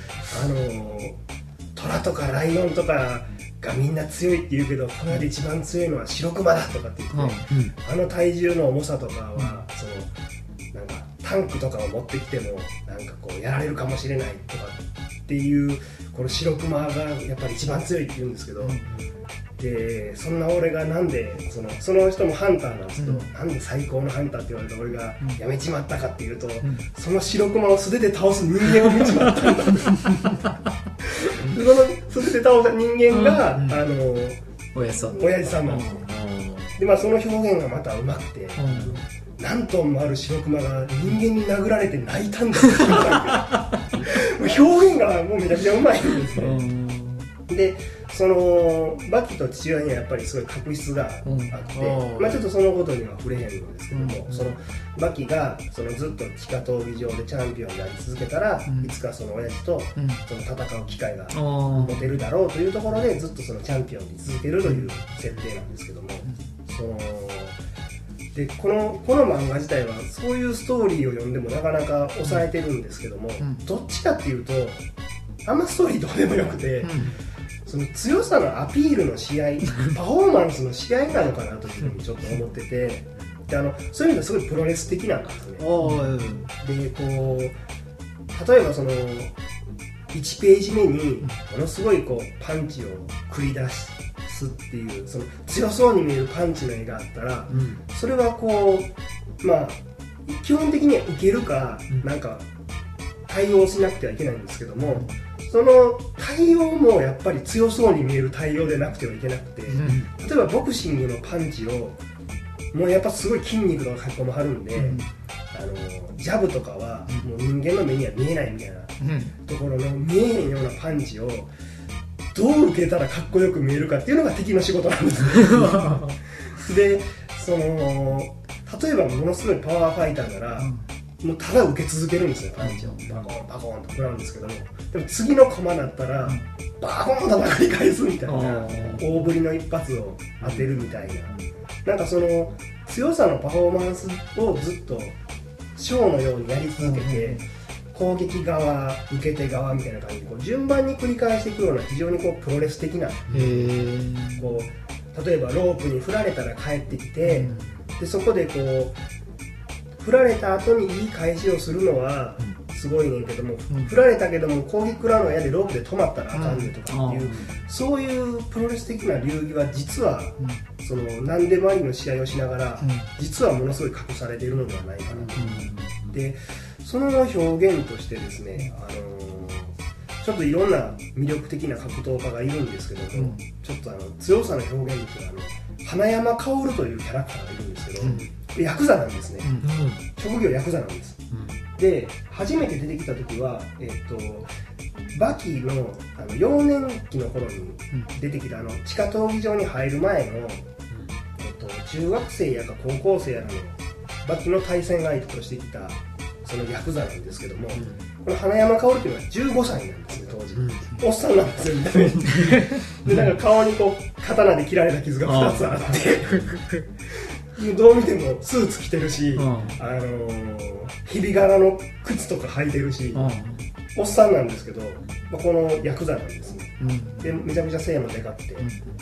虎とかライオンとかがみんな強いって言うけど、この世で一番強いのは白熊だとかって言って、うん、あの体重の重さとかは、そのなんかタンクとかを持ってきてもなんかこうやられるかもしれないとかっていう、この白熊がやっぱり一番強いって言うんですけど、うん、でそんな俺がなんでそのその人もハンターなんですけど、うん、なんで最高のハンターって言われた俺がやめちまったかっていうと、うん、その白熊を素手で倒す人間を見ちまったんだその素手で倒した人間が、うん、あの親父さん親父さんなんですね、うん、でまあその表現がまたうまくて、うん、何トンもある白熊が人間に殴られて泣いたんだって表現がもうめちゃくちゃうまいんですね、うん、でそのバキと父親にはやっぱりすごい確執があって、うん、まあ、ちょっとそのことには触れへんのですけども、うん、そのバキがそのずっと地下闘技場でチャンピオンになり続けたら、うん、いつかその親父とその戦う機会が持てるだろうというところでずっとそのチャンピオンに続けるという設定なんですけども、そのでこのこの漫画自体はそういうストーリーを読んでもなかなか抑えてるんですけども、うん、どっちかっていうとあんまストーリーどうでもよくて、うん、その強さのアピールの試合パフォーマンスの試合なのかなというふうにちょっと思ってて、であのそういう意味ですごいプロレス的なんですね、うん、でこう例えばそのいちページ目にものすごいこうパンチを繰り出すっていうその強そうに見えるパンチの絵があったら、うん、それはこうまあ基本的には受けるか、うん、なんか対応しなくてはいけないんですけども、うん、その対応もやっぱり強そうに見える対応でなくてはいけなくて、うん、例えばボクシングのパンチをもうやっぱすごい筋肉とか書き込まはるんで、うん、あのジャブとかはもう人間の目には見えないみたいなところの見えへんようなパンチをどう受けたらかっこよく見えるかっていうのが敵の仕事なんですねでその例えばものすごいパワーファイターなら、うん、もうただ受け続けるんですよ、パンチをバコンバコンと食らうんですけども、でも次のコマになったら、うん、バコンと殴り返すみたいな、大振りの一発を当てるみたいな、なんかその強さのパフォーマンスをずっとショーのようにやり続けて、うん、攻撃側、受け手側みたいな感じでこう順番に繰り返していくような非常にこうプロレス的な、こう例えばロープに振られたら帰ってきて、うん、でそこでこう振られた後にいい返しをするのはすごいねんけども、うん、振られたけども攻撃食らうのが嫌でロープで止まったらあかんねとかっていう、うん、そういうプロレス的な流儀は実は、うん、その何でもありの試合をしながら、うん、実はものすごい隠されているのではないかなと、うん、でその表現としてですね、あのー、ちょっといろんな魅力的な格闘家がいるんですけども、うん、ちょっとあの強さの表現としてはあの花山薫というキャラクターがいるんですけど、うん、ヤクザなんですね、うん、職業ヤクザなんです、うん、で初めて出てきた時は、えー、とバキ の, あの幼年期の頃に出てきたあの地下闘技場に入る前の、うんえー、と中学生やか高校生やらのバキの対戦相手としてきたそのヤクザなんですけども、うん、この花山薫っていうのはじゅうごさいなんですね当時、うん、おっさんなんですよみたいなでなんか顔にこう刀で切られた傷がふたつあってどう見てもスーツ着てるし、うん、あのー、ひび柄の靴とか履いてるし、うん、おっさんなんですけど、まあ、このヤクザなんですね、うん、でめちゃめちゃ背もでかくて、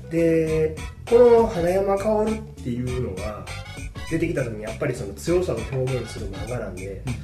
でこの花山薫っていうのが出てきた時にやっぱりその強さを表現する漫画なんで、うん、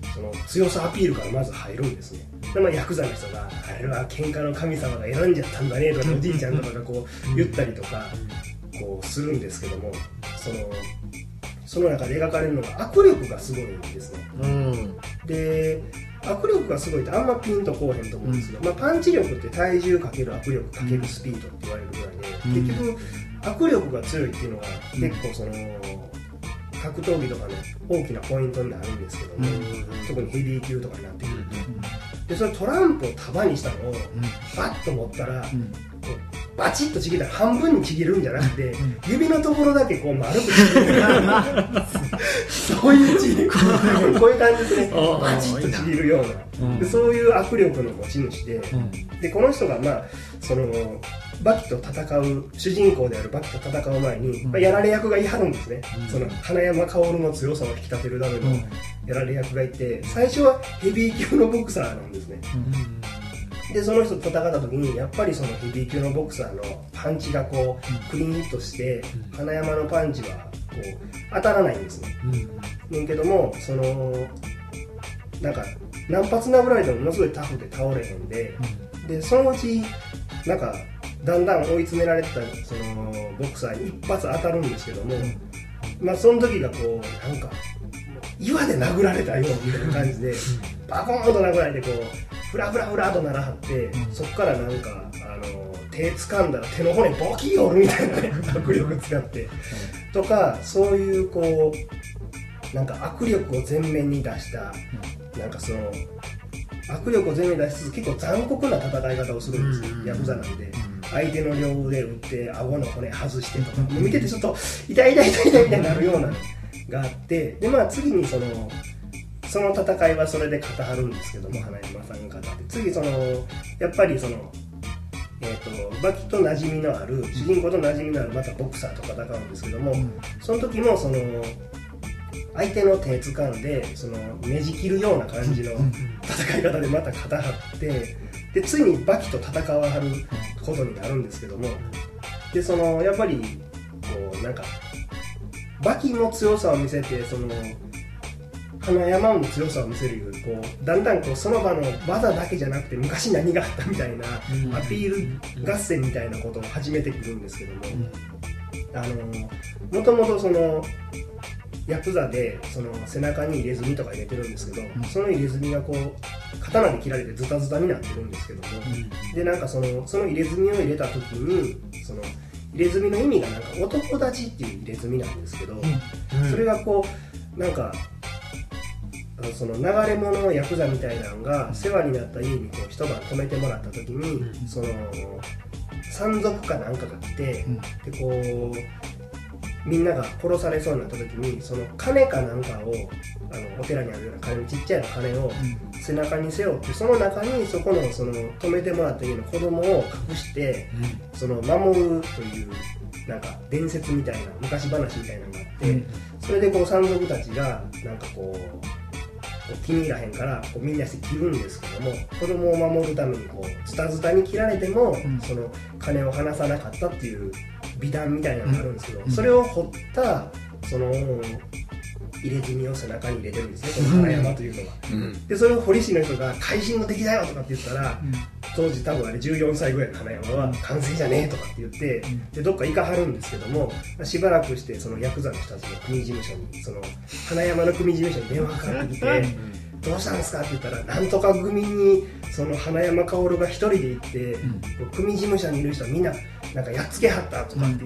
その強さアピールからまず入るんですね。で、まあ、ヤクザの人があれは喧嘩の神様が選んじゃったんだねとかおじいちゃんとかがこう言ったりとかこうするんですけども、そのその中で描かれるのが握力がすごいんですね、うん、で握力がすごいってあんまピンとこうへんと思うんですけど、うんまあ、パンチ力って体重かける握力かけるスピードって言われるぐらいで、うん、結局握力が強いっていうのが結構その格闘技とかの大きなポイントになるんですけども、うん、特にヘビー級とかになってくると、うん、でそのトランプを束にしたのをバッと持ったら、うんバチッとちぎったら半分にちぎるんじゃなくて、うん、指のところだけこう丸くちぎるそういうちぎりこういう感じですねバチッとちぎるような、うん、でそういう握力の持ち主で、うん、でこの人がまあそのバキと戦う主人公であるバキと戦う前に、うんまあ、やられ役がいはるんですね、うん、その花山薫の強さを引き立てるためのやられ役がいて、最初はヘビー級のボクサーなんですね、うんでその人と戦った時にやっぱりそのヘビー級のボクサーのパンチがこうクリーンヒットして、うん、花山のパンチはこう当たらないんですね、うん、けどもそのなんか何発殴られてもものすごいタフで倒れへんで、うん、でそのうちなんかだんだん追い詰められてたそのボクサーに一発当たるんですけども、うん、まあその時がこうなんか岩で殴られたよみたいな感じでバコーンと殴られてこうフラフラフラとならはって、うん、そっからなんかあの手掴んだら手の骨ボキー折るみたいなね握力使って、うん、とかそういうこうなんか握力を前面に出した、うん、なんかその握力を前面に出しつつ結構残酷な戦い方をするんですよ、うん、ヤクザなんで、うん、相手の両腕打って顎の骨外してとか、もう見ててちょっと痛い痛い痛い痛いみたいになるようなのがあって、でまあ次にそのその戦いはそれで勝たはるんですけども、花山さんが勝って次そのやっぱりその、えー、とバキと馴染みのある主人公と馴染みのあるまたボクサーと戦うんですけども、うん、その時もその相手の手掴んでそのねじ切るような感じの戦い方でまた勝たはってでついにバキと戦わはることになるんですけども、でそのやっぱりこうなんかバキも強さを見せてその花山も強さを見せるようにこうだんだんこうその場の技だけじゃなくて昔何があったみたいなアピール合戦みたいなことを始めてくるんですけども、あのもともとそのヤクザでその背中に入れ墨とか入れてるんですけど、その入れ墨がこう刀で切られてズタズタになってるんですけども、でなんかそのその入れ墨を入れた時にその入れ墨の意味がなんか男立ちっていう入れ墨なんですけど、それがこうなんかその流れ者のヤクザみたいなのが世話になった家にこう一晩泊めてもらった時に、うん、その山賊かなんかが来て、うん、でこうみんなが殺されそうになった時にその金かなんかをあのお寺にあるような金ちっちゃい金を背中に背負って、その中にそこのその泊めてもらった家の子供を隠して、うん、その守るというなんか伝説みたいな昔話みたいなのがあって、うん、それでこう山賊たちがなんかこう気に入らへんからこうみんなして切るんですけども、子供を守るためにこうズタズタに切られても、うん、その金を離さなかったっていう美談みたいなのがあるんですけど、うん、それを彫ったその入れ墨を背中に入れてるんですね、この花山というのは、うん、でそれを堀市の人が怪人の敵だよとかって言ったら、うん、当時多分あれじゅうよんさいぐらいの花山は完成じゃねえとかって言って、うん、でどっか行かはるんですけども、しばらくしてそのヤクザの人たちの組事務所にその花山の組事務所に電話かかってきてどうしたんですかって言ったら、なんとか組にその花山薫が一人で行って、うん、組事務所にいる人みんななんかやっつけはったとかって言って、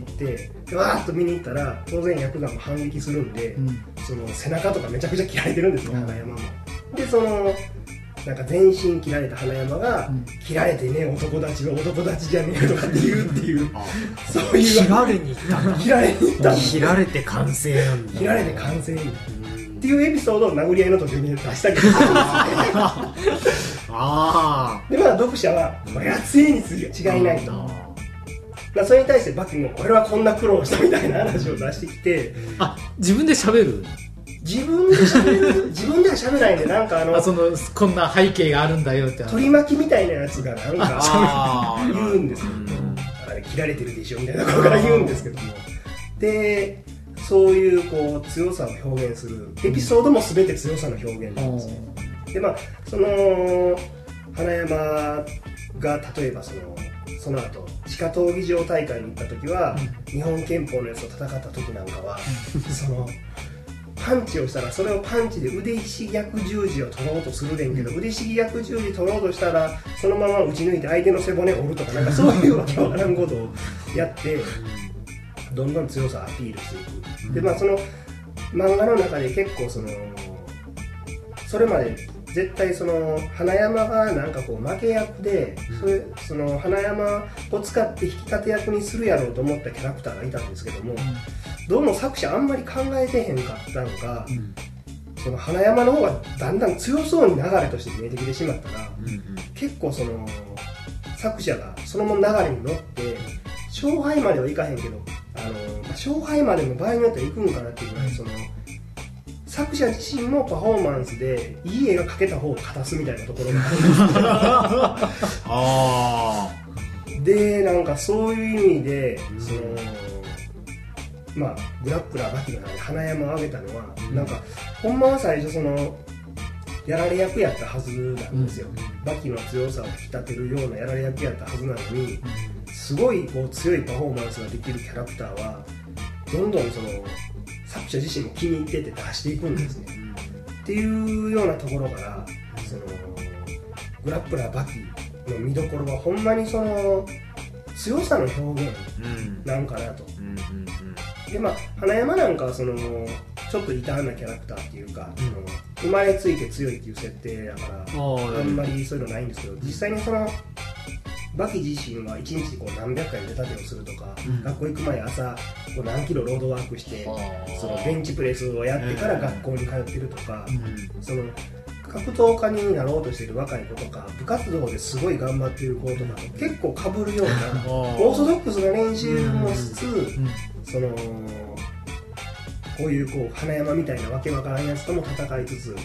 うん、でわーっと見に行ったら当然ヤクザも反撃するんで、うん、その背中とかめちゃくちゃ切られてるんですよ、うん、花山も。でそのなんか全身切られた花山が、うん、切られてね男たちは男たちじゃねえとかって言うっていうそういう切られに行ったんだ切られに行ったんだ切られて完成なんだ切られて完成みたいなっていうエピソードを殴り合いの途中に出したけどあでまあ読者はこれは杖に次は違いないと、まあ、それに対してバキも俺はこんな苦労したみたいな話を出してきて、 あ自分で喋る自分で喋る自分では喋らないんで、なんかあのあそのこんな背景があるんだよって取り巻きみたいなやつがなんか言うんですよ、ね、あれ切られてるでしょみたいなことから言うんですけども、でそういうこう強さを表現するエピソードも全て強さの表現なんですね。でまあその花山が例えばそのその後地下闘技場大会に行った時は、うん、日本拳法のやつと戦った時なんかはそのパンチをしたらそれをパンチで腕ひしぎ逆十字を取ろうとするねんけど、うん、腕ひしぎ逆十字取ろうとしたらそのまま打ち抜いて相手の背骨を折るとかなんかそういうわけわからんことをやってどんどん強さをアピールしていく。でまあその漫画の中で結構そのそれまで絶対その花山がなんかこう負け役で、うん、それその花山を使って引き立て役にするやろうと思ったキャラクターがいたんですけども、うん、どうも作者あんまり考えてへんかったのか、うん、その花山の方がだんだん強そうに流れとして見えてきてしまったら、うんうん、結構その作者がその流れに乗って勝敗まではいかへんけどあの勝敗までも場合によってはいくんかなっていうぐらいその作者自身もパフォーマンスでいい絵が描けた方を勝たすみたいなところがあるんですあでなんかそういう意味で、うん、そのまあグラップラーバキの中で花山を挙げたのは、うん、なんかほんまは最初そのやられ役やったはずなんですよ、うん、バキの強さを引き立てるようなやられ役やったはずなのに、うん、すごいこう強いパフォーマンスができるキャラクターはどんどんその作者自身も気に入ってて出していくんですね、うん、っていうようなところからそのグラップラーバキの見どころはほんまにその強さの表現なんかなと、うんうんうんうん、でまあ花山なんかはそのちょっと異端なキャラクターっていうか、うん、その生まれついて強いっていう設定だからあんまりそういうのないんですけど、実際にそのバキ自身はいちにちにこう何百回腕立てをするとか、うん、学校行く前朝こう何キロロードワークしてそのベンチプレスをやってから学校に通ってるとか、うん、その格闘家になろうとしている若い子とか部活動ですごい頑張っている子とかと結構被るようなオーソドックスな練習もしつつ、うん、そのこういうこう花山みたいなわけわからんやつとも戦いつつ、うん、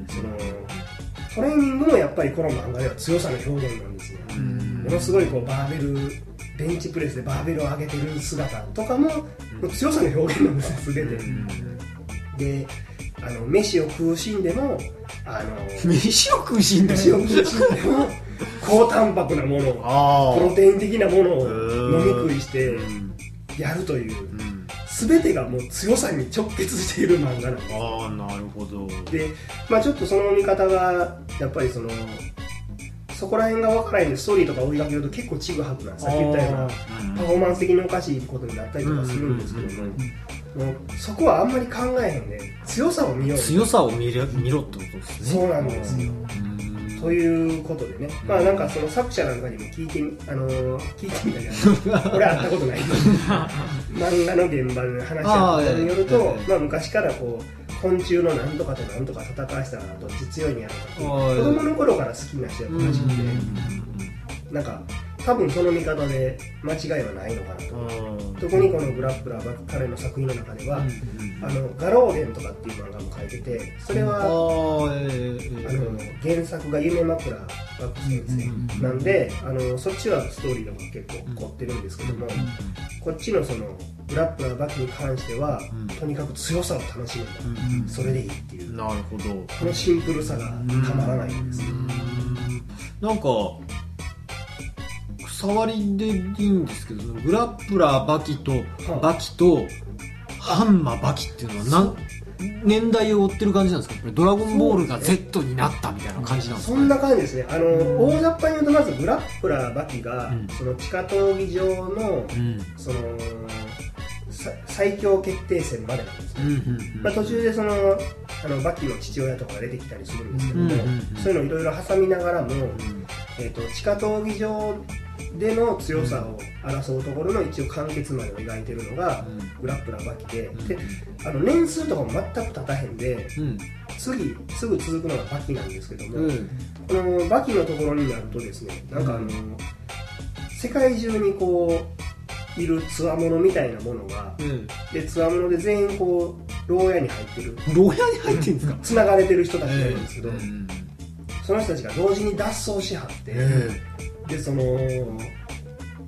そのトレーニングもやっぱりこの漫画では強さの表現なんですね。うん、ものすごいこうバーベルベンチプレスでバーベルを上げてる姿とかも、うん、強さの表現なんですよ全て、うん、であの飯を食うシーンでもあの飯を食うシーンで飯を食うシーンでも高タンパクなものをプロテイン的なものを飲み食いしてやるという、うん、全てがもう強さに直結している漫画なんです。 ああ、なるほど。 で、まあ、ちょっとその見方がやっぱりそのそこら辺が分からないんでストーリーとか追いかけると結構ちぐはぐなさっき言ったようなパフォーマンス的におかしいことになったりとかするんですけども、もうそこはあんまり考えへんで強さを見よう強さを見ろ見ろってことですね。 そうなんですよ。ということでね、まあなんかその作者なんかにも聞いてみ、あのー、聞いてみたりは俺は会ったことない漫画の現場の話やったによると、まあ昔からこう昆虫のなんとかとなんとか戦わせたらどっち強いんやろうかって子供の頃から好きな人やったらしくて、なんか多分その見方で間違いはないのかなと。特にこのグラップラーバ彼の作品の中では、うんうん、あのガローゲンとかっていう漫画も書いてて、それは、うんえー、あの原作が夢枕バック先生なんで、あのそっちはストーリーとか結構凝ってるんですけども、うんうん、こっちのそのグラップラーバキに関しては、うん、とにかく強さを楽しむんだ、うんうん、それでいいっていう、 なるほど、 このシンプルさがたまらないんですね。 なんか触りでいいんですけど、グラップラーバキとバキとハンマーバキっていうのは何年代を追ってる感じなんですか？ドラゴンボールが Z になったみたいな感じなんですか？ そんな感じですね。あの大雑把に言うとまずグラップラーバキが、うん、その地下闘技場の、うん、その最強決定戦までなんですね、うんうんうん、まあ、途中でそのあのバキの父親とかが出てきたりするんですけども、うんうんうん、そういうのをいろいろ挟みながらも、うん、えーと、地下闘技場での強さを争うところの一応完結までを描いてるのがグラップラーバキで、うん、であの年数とかも全く経たへんで、うん、次すぐ続くのがバキなんですけども、うん、このバキのところになるとですね、なんかあの、うん、世界中にこういるつわものみたいなものが、うん、でつわもので全員こう牢屋に入ってる牢屋に入ってるんですか？ つながれてる人たちがいるんですけど、えーうん、その人たちが同時に脱走しはって、えーでその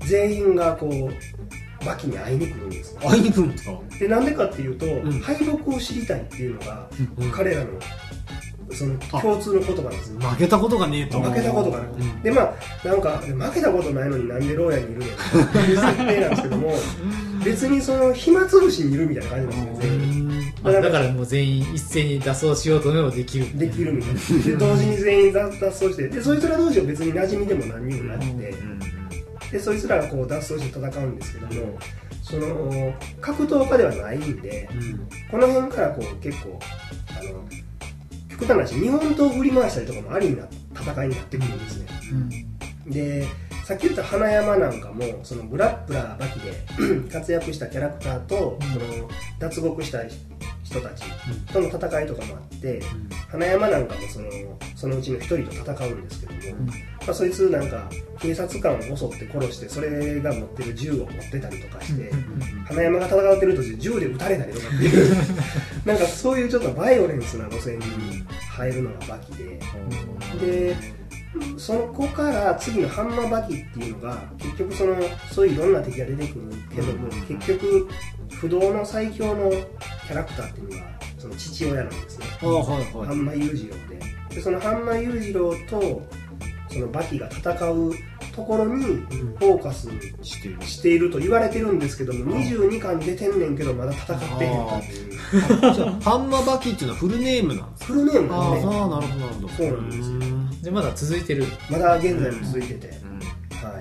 全員がこうバキに会いに来るんです。 会いに来るんですか？ でなんでかっていうと、うん、敗北を知りたいっていうのが、うん、彼らのその共通の言葉なんですよ。 負けたことがねえと。 負けたことがない、うん、でまあなんか負けたことないのになんで牢屋にいるねんっていう設定なんですけども別にその暇つぶしにいるみたいな感じなんですよね。 だからだからもう全員一斉に脱走しようと思えばできるできるみたいなで同時に全員脱走してでそいつら同士は別に馴染みでも何にもなくてでそいつらがこう脱走して戦うんですけどもその格闘家ではないんで、うん、この辺からこう結構あの極端な話日本刀を振り回したりとかもありな戦いになってくるんですね、うん、でさっき言った花山なんかもそのグラップラーバキで活躍したキャラクターと、うん、その脱獄した人たちとの戦いとかもあって、うん、花山なんかもそのそのうちの一人と戦うんですけども、うんまあ、そいつなんか警察官を襲って殺してそれが持ってる銃を持ってたりとかして、うん、花山が戦ってる途中銃で撃たれたりとかっていうなんかそういうちょっとバイオレンスな路線に入るのがバキで、うん、でそこから次のハンマーバキっていうのが結局そのそういういろんな敵が出てくるけども、うん、結局不動の最強のキャラクターっていうのがその父親なんですね、 あ、はいはい、 ハンマー裕次郎 で, でそのハンマー裕次郎とそのバキが戦うところにフォーカスしている、していると言われてるんですけどもにじゅうにかん出てんねんけどまだ戦ってへんというハンマーバキっていうのはフルネームなんですか？ フルネームなんですね。 ああ、なるほどなるほど。 そうなんですよ。 でまだ続いてる。 まだ現在も続いてて、うん、はい。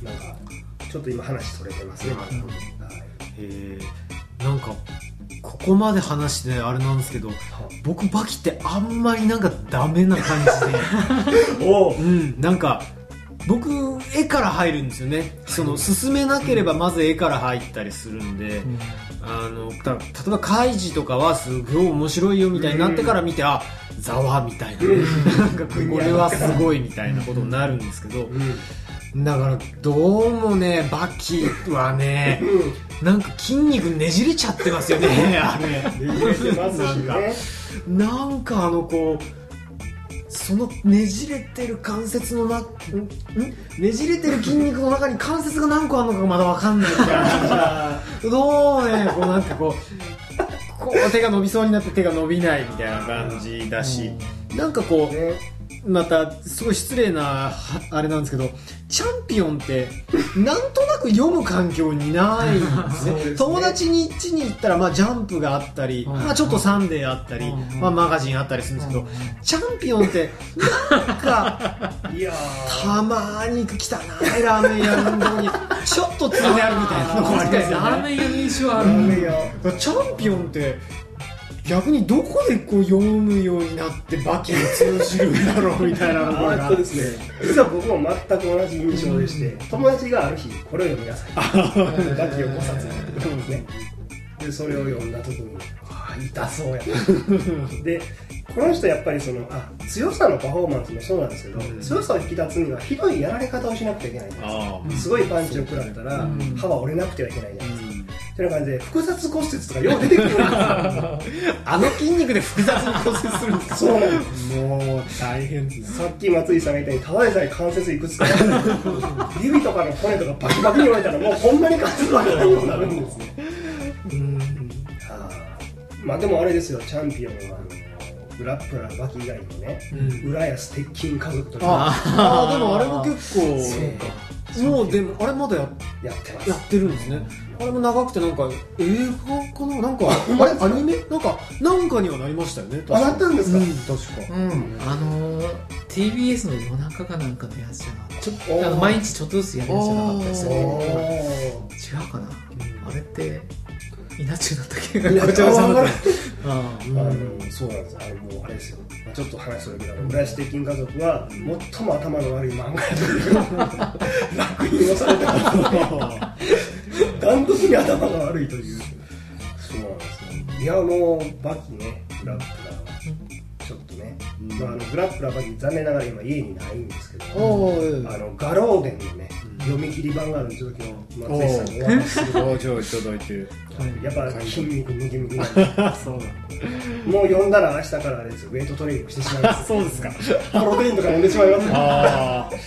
なんかちょっと今話それてますね。はい、へえ。なんかここまで話してあれなんですけど、僕バキってあんまりなんかダメな感じで、おう、うん、なんか僕絵から入るんですよね。その進めなければまず絵から入ったりするんで、うん、あのた例えばカイジとかはすごい面白いよみたいになってから見て、うん、あ、ざわみたいな、うん、なんかこれはすごいみたいなことになるんですけど、うん、だからどうもねバキはね、うん、なんか筋肉ねじれちゃってますよねあれねじれてますしね。 なんかあのこうそのねじれてる関節のな、んねじれてる筋肉の中に関節が何個あるのかまだ分かんないみたいな感じどうね、こうなんかこうこう手が伸びそうになって手が伸びないみたいな感じだし、なんかこう、ね、またすごい失礼なあれなんですけど、チャンピオンってなんとなく読む環境にないんですね。ですね、友達に家に行ったら、まあ、ジャンプがあったり、まあ、ちょっとサンデーあったり、まあ、マガジンあったりするんですけど、チャンピオンってなんかいやたまーに汚いラーメン屋のとこにちょっとついてあるみたいなのがありますよね。 ラーメン屋の印象ある。 チャンピオンって逆にどこでこう読むようになってバキに通じるんだろうみたいなのがあですね、実は僕も全く同じ印象でして、友達がある日これを読みなさいバキをごさつにってことですね。でそれを読んだ時にああ痛そうやなでこの人やっぱりそのあ強さのパフォーマンスもそうなんですけど、うん、強さを引き出すにはひどいやられ方をしなくちゃいけないんです。すごいパンチを食らったら、うん、歯は折れなくてはいけないじゃないですか、うんという感じで複雑骨折とかよう出てくるんですよあの筋肉で複雑に骨折するんですか？ そうなんです。 もう大変ですね。 さっき松井さんが言ったようにただでさえ関節いくつか指とかの骨とかバキバキに折れたらもうほんまに関節バキバキになるんですね。うんはあ、まあでもあれですよ、チャンピオンはあのグラップラーバキ以外にもね、うん、浦安鉄筋家族とかああでもあれも結構そうかもうでもあれまだ や, やってますやってるんですね。あれも長くてなんか映画かななんかあれアニメなんかなんかにはなりましたよね。 あなったんですか、 うん、確か、 うん、あのー、ティービーエス の夜中かなんかのやつじゃなちょっとあの毎日ちょっとずつやるやつじゃなかったですよね。違うかな、うん、あれって稲中だったっけごちゃごちゃだったああ、 うん、あのそうなんです。あれもうあれですよ、ちょっと話するけど浦安鉄筋家族は最も頭の悪い漫画やという烙印をされてますダントツに頭が悪いという。そうなんですよ。いやもうバキね、グラップラーはちょっとね、うん、まあ、あのグラップラーバキ残念ながら今家にないんですけど、あのガローデンのね、うん、読み切り版があるんですよ。今日松井さんにお話しするお上位届いてる。 やっぱ筋肉ムキムキなんでそうなんもう読んだら明日からあれですよ、ウェイトトレーニングしてしまいます。 そうですか。 プロテインとか飲んでしまいますよ。あ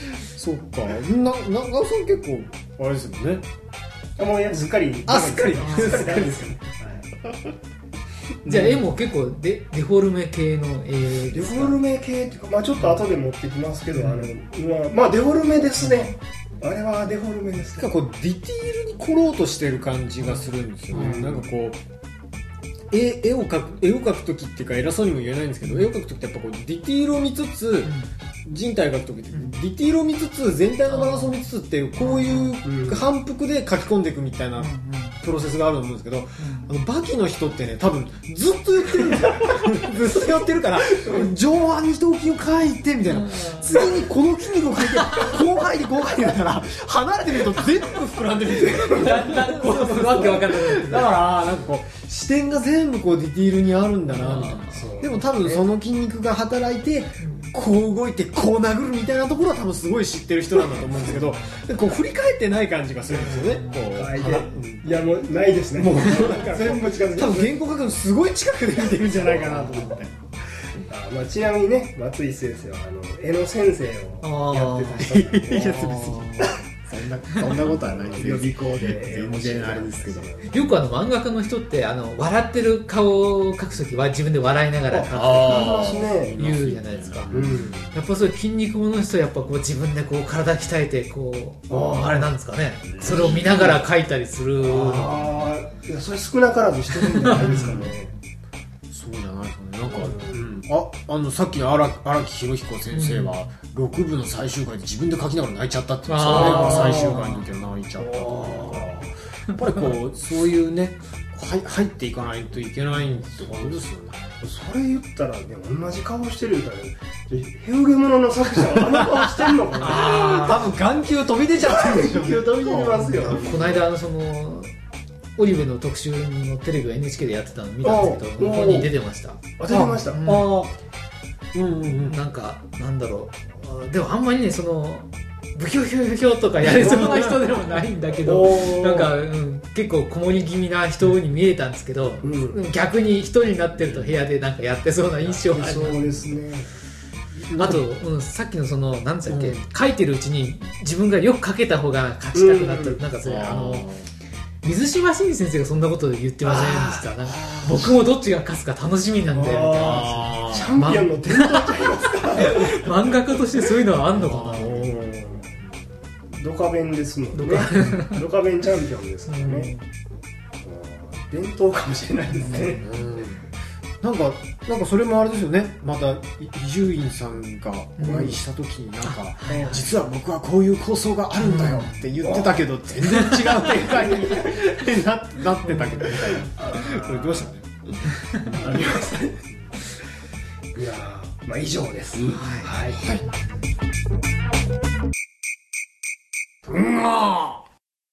そうか。な、長尾さん結構、あれですよね。 あ、もういや、すっかり。 あ、すっかり。 すっかりなんですよね。 じゃあ絵も結構デデフォルメ系の絵デですか？ フォルメ系っていうか、まあちょっと後で持ってきますけど、あの、まあ、まあデフォルメですね。あれはデフォルメですね。 なんかこう、ディティールに凝ろうとしてる感じがするんですよね。うん、なんかこう、絵, 絵を描く絵を描くときっていうか偉そうにも言えないんですけど、絵を描くときってやっぱこうディティールを見つつ、うん、人体を描くときって、うん、ディティールを見つつ全体のバランスを見つつっていうこういう反復で描き込んでいくみたいなプロセスがあると思うんですけど、あのバキの人ってね多分ずっと言ってるんですよずっと言ってるから上腕二頭筋を描いてみたいな、次にこの筋肉を描いてこう描いてこう描いてだから離れてみると全部膨らんでるんですよだんだんこうわけわかんないだからなんかこう視点が全部こうディティールにあるんだなみたいな。でも多分その筋肉が働いてこう動いてこう殴るみたいなところは多分すごい知ってる人なんだと思うんですけど、こう振り返ってない感じがするんですよね。こういやもうないですね。もう全部近づいて多分原稿書くのすごい近くで見てるんじゃないかなと思って。 あ、まあ、ちなみにね松井先生はあの絵の先生をやってた人なんで。いや別にそんなそんなことはないですよ。予備校で全然あれですけど。 よくあの漫画家の人ってあの笑ってる顔を描くときは自分で笑いながら描くって言うじゃないですか。うん、やっぱそういう筋肉ものの人はやっぱこう自分でこう体鍛えてこう あ, あれなんですかね。それを見ながら描いたりする。 ああ、いやそれ少なからずしてるんじゃないですかね。 そうじゃないかね。なんか、うん、あ、あのさっきの荒木博彦先生は、うん、ろくぶの最終回で自分で書きながら泣いちゃったって言うんですよね。最終回の時は泣いちゃったとか。やっぱりこうそういうねは入っていかないといけないってことですよね。 それ言ったら、ね、同じ顔してる言うたら、ヘウゲモノの作者はあの顔してんのかな。 多分眼球飛び出ちゃってるでしょ。 眼球飛び出てますよ。 この間そのオリベの特集のテレビを エヌエイチケー でやってたの見たんですけど、本人出てました。 あ、出てました。あ、うんうんうん、なんかなんだろう。でもあんまりねそのブヒョヒョヒョヒョとかやれそうな人でもないんだけど、なんか、うん、結構こもり気味な人に見えたんですけど、うん、逆に一人になってると部屋でなんかやってそうな印象がある。 そうですね。 あと、うん、さっきのその何だっけ、うん、書いてるうちに自分がよく書けた方が勝ちたくなった、うん、なんかそうあの水島新司先生がそんなこと言ってませんでした。なんか僕もどっちが勝つか楽しみなんでみたいな。 チャンピオンの伝統ちゃいますか。 漫画家としてそういうのはあんのかな。 ドカベンですもんね。ドカベンチャンピオンですからね。うん、伝統かもしれないですね。うんなんか、なんかそれもあれですよね。また伊集院さんがお会いした時になんか、うん、実は僕はこういう構想があるんだよって言ってたけど、うん、全然違う展開に な, なってたけどみたいな。これどうしたね。 ありましたね。いやー、まあ以上です。うん、はい。はい。うん